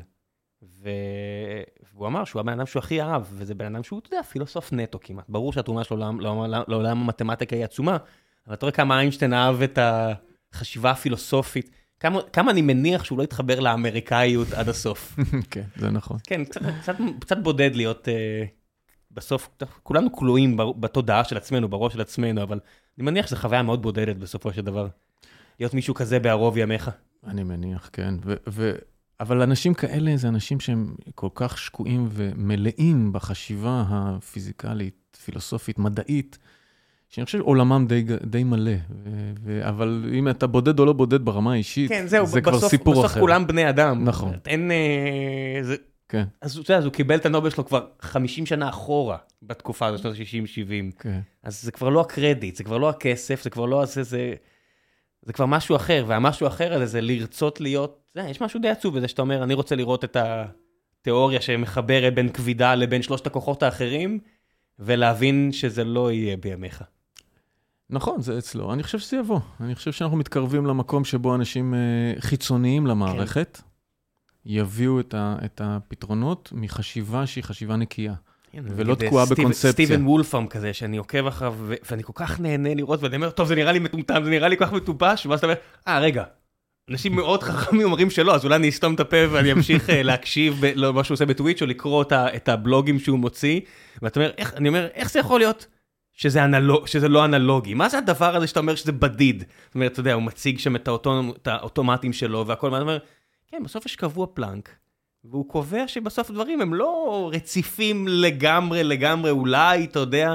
והוא אמר שהוא הבן אדם שהוא הכי אהב, וזה בן אדם שהוא, אתה יודע, פילוסוף נטו כמעט. ברור שהתרומה שלו לעולם המתמטיקה היא עצומה, אבל אתה רואה כמה איינשטיין אהב את החשיבה הפילוסופית, כמה אני מניח שהוא לא יתחבר לאמריקאיות עד הסוף. כן, זה נכון. כן, קצת בודד להיות, בסוף, כולנו כלואים בתודעה של עצמנו, בראש של עצמנו, אבל אני מניח שזו חוויה מאוד בודדת בסופו של דבר. להיות מישהו כזה בערוב ימיך. אני מניח, כן. אבל אנשים כאלה זה אנשים שהם כל כך שקועים ומלאים בחשיבה הפיזיקלית, פילוסופית, מדעית, שאני חושב עולמם די מלא. אבל אם אתה בודד או לא בודד ברמה האישית, כן, זהו, זה כבר סיפור אחר. בסוף כולם בני אדם. נכון. אין... כן. אז הוא קיבל את הנובל שלו כבר 50 שנה אחורה, בתקופה הזאת, שנות ה-60-70. כן. אז זה כבר לא הקרדיט, זה כבר לא הכסף, זה כבר לא... זה כבר משהו אחר, והמשהו אחר הזה זה לרצות להיות... יש משהו די עצוב בזה שאתה אומר, אני רוצה לראות את התיאוריה שמחברת בין כבידה לבין שלושת הכוחות האחרים, ולהבין שזה לא יהיה בימיך. נכון, זה אצלו. אני חושב שזה יבוא. אני חושב שאנחנו מתקרבים למקום שבו אנשים חיצוניים למערכת, יביאו את הפתרונות מחשיבה שהיא חשיבה נקייה. ולא תקועה בקונספציה. סטיבן וולפאם כזה, שאני עוקב אחריו, ואני כל כך נהנה לראות, ואני אומר, טוב, זה נראה לי מטומטם, זה נראה לי כל כך מטופש, ואז אתה אומר, רגע, אנשים מאוד חכמים אומרים שלא, אז אולי אני אסתום את הפה ואני אמשיך להקשיב למה שהוא עושה בטוויץ' או לקרוא את הבלוגים שהוא מוציא, ואתה אומר, אני אומר, איך זה יכול להיות שזה לא אנלוגי? מה זה הדבר הזה שאתה אומר שזה בדיד? זאת אומרת, אתה יודע, הוא מציג שם את האוטומטים שלו והכל, ואתה אומר, כן, בסוף יש קבוע פלנק, והוא קובע שבסוף הדברים הם לא רציפים לגמרי, אולי, אתה יודע,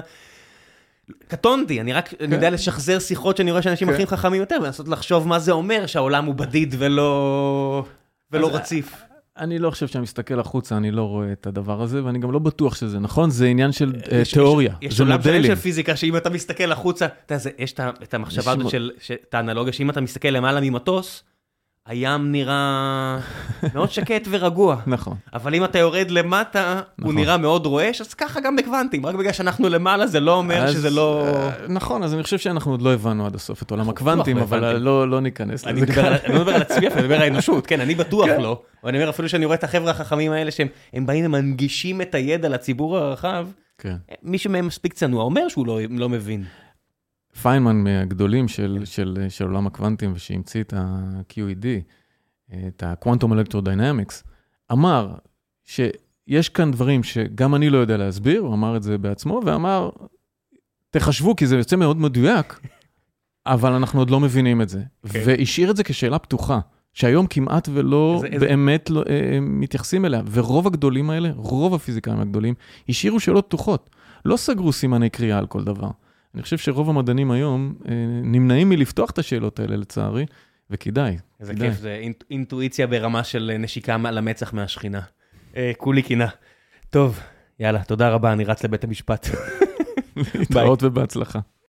קטונתי, אני יודע לשחזר שיחות שאני רואה שאנשים הכי חכמים יותר, ולנסות לחשוב מה זה אומר שהעולם הוא בדיד ולא רציף. אני לא חושב שאני מסתכל החוצה, אני לא רואה את הדבר הזה, ואני גם לא בטוח שזה נכון, זה עניין של תיאוריה, יש עולם שלם של פיזיקה, שאם אתה מסתכל החוצה, יש את המחשבה הזאת את האנלוגיה, שאם אתה מסתכל למעלה ממטוס, הים נראה מאוד שקט ורגוע. נכון. אבל אם אתה יורד למטה, הוא נראה מאוד רועש, אז ככה גם בקוונטים. רק בגלל שאנחנו למעלה, זה לא אומר שזה לא... נכון, אז אני חושב שאנחנו עוד לא הבנו עד הסוף את עולם הקוונטים, אבל לא ניכנס לזה. אני לא מדבר על עצמי, אני מדבר על האנושות. כן, אני בטוח לא. ואני אומר, אפילו שאני רואה את החבר'ה החכמים האלה, שהם באים ומנגישים את הידע לציבור הרחב, מי שמהם מספיק צנוע, אומר שהוא לא מבין. פיינמן מהגדולים של עולם הקוונטים, ושהמציא את ה-QED, את ה-Quantum Electrodynamics, אמר שיש כאן דברים שגם אני לא יודע להסביר, הוא אמר את זה בעצמו, ואמר, תחשבו, כי זה יוצא מאוד מדויק, אבל אנחנו עוד לא מבינים את זה. והשאיר את זה כשאלה פתוחה, שהיום כמעט ולא באמת מתייחסים אליה, ורוב הגדולים האלה, רוב הפיזיקאים הגדולים, השאירו שאלות פתוחות. לא סגרו סימני קריאה על כל דבר. אני חושב שרוב המדענים היום נמנעים מלפתוח את השאלות האלה לצערי, וכדאי. איזה כיף, זה אינטואיציה ברמה של נשיקה למצח מהשכינה. כולי קינה. טוב, יאללה, תודה רבה, אני רץ לבית המשפט. להתראות ובהצלחה.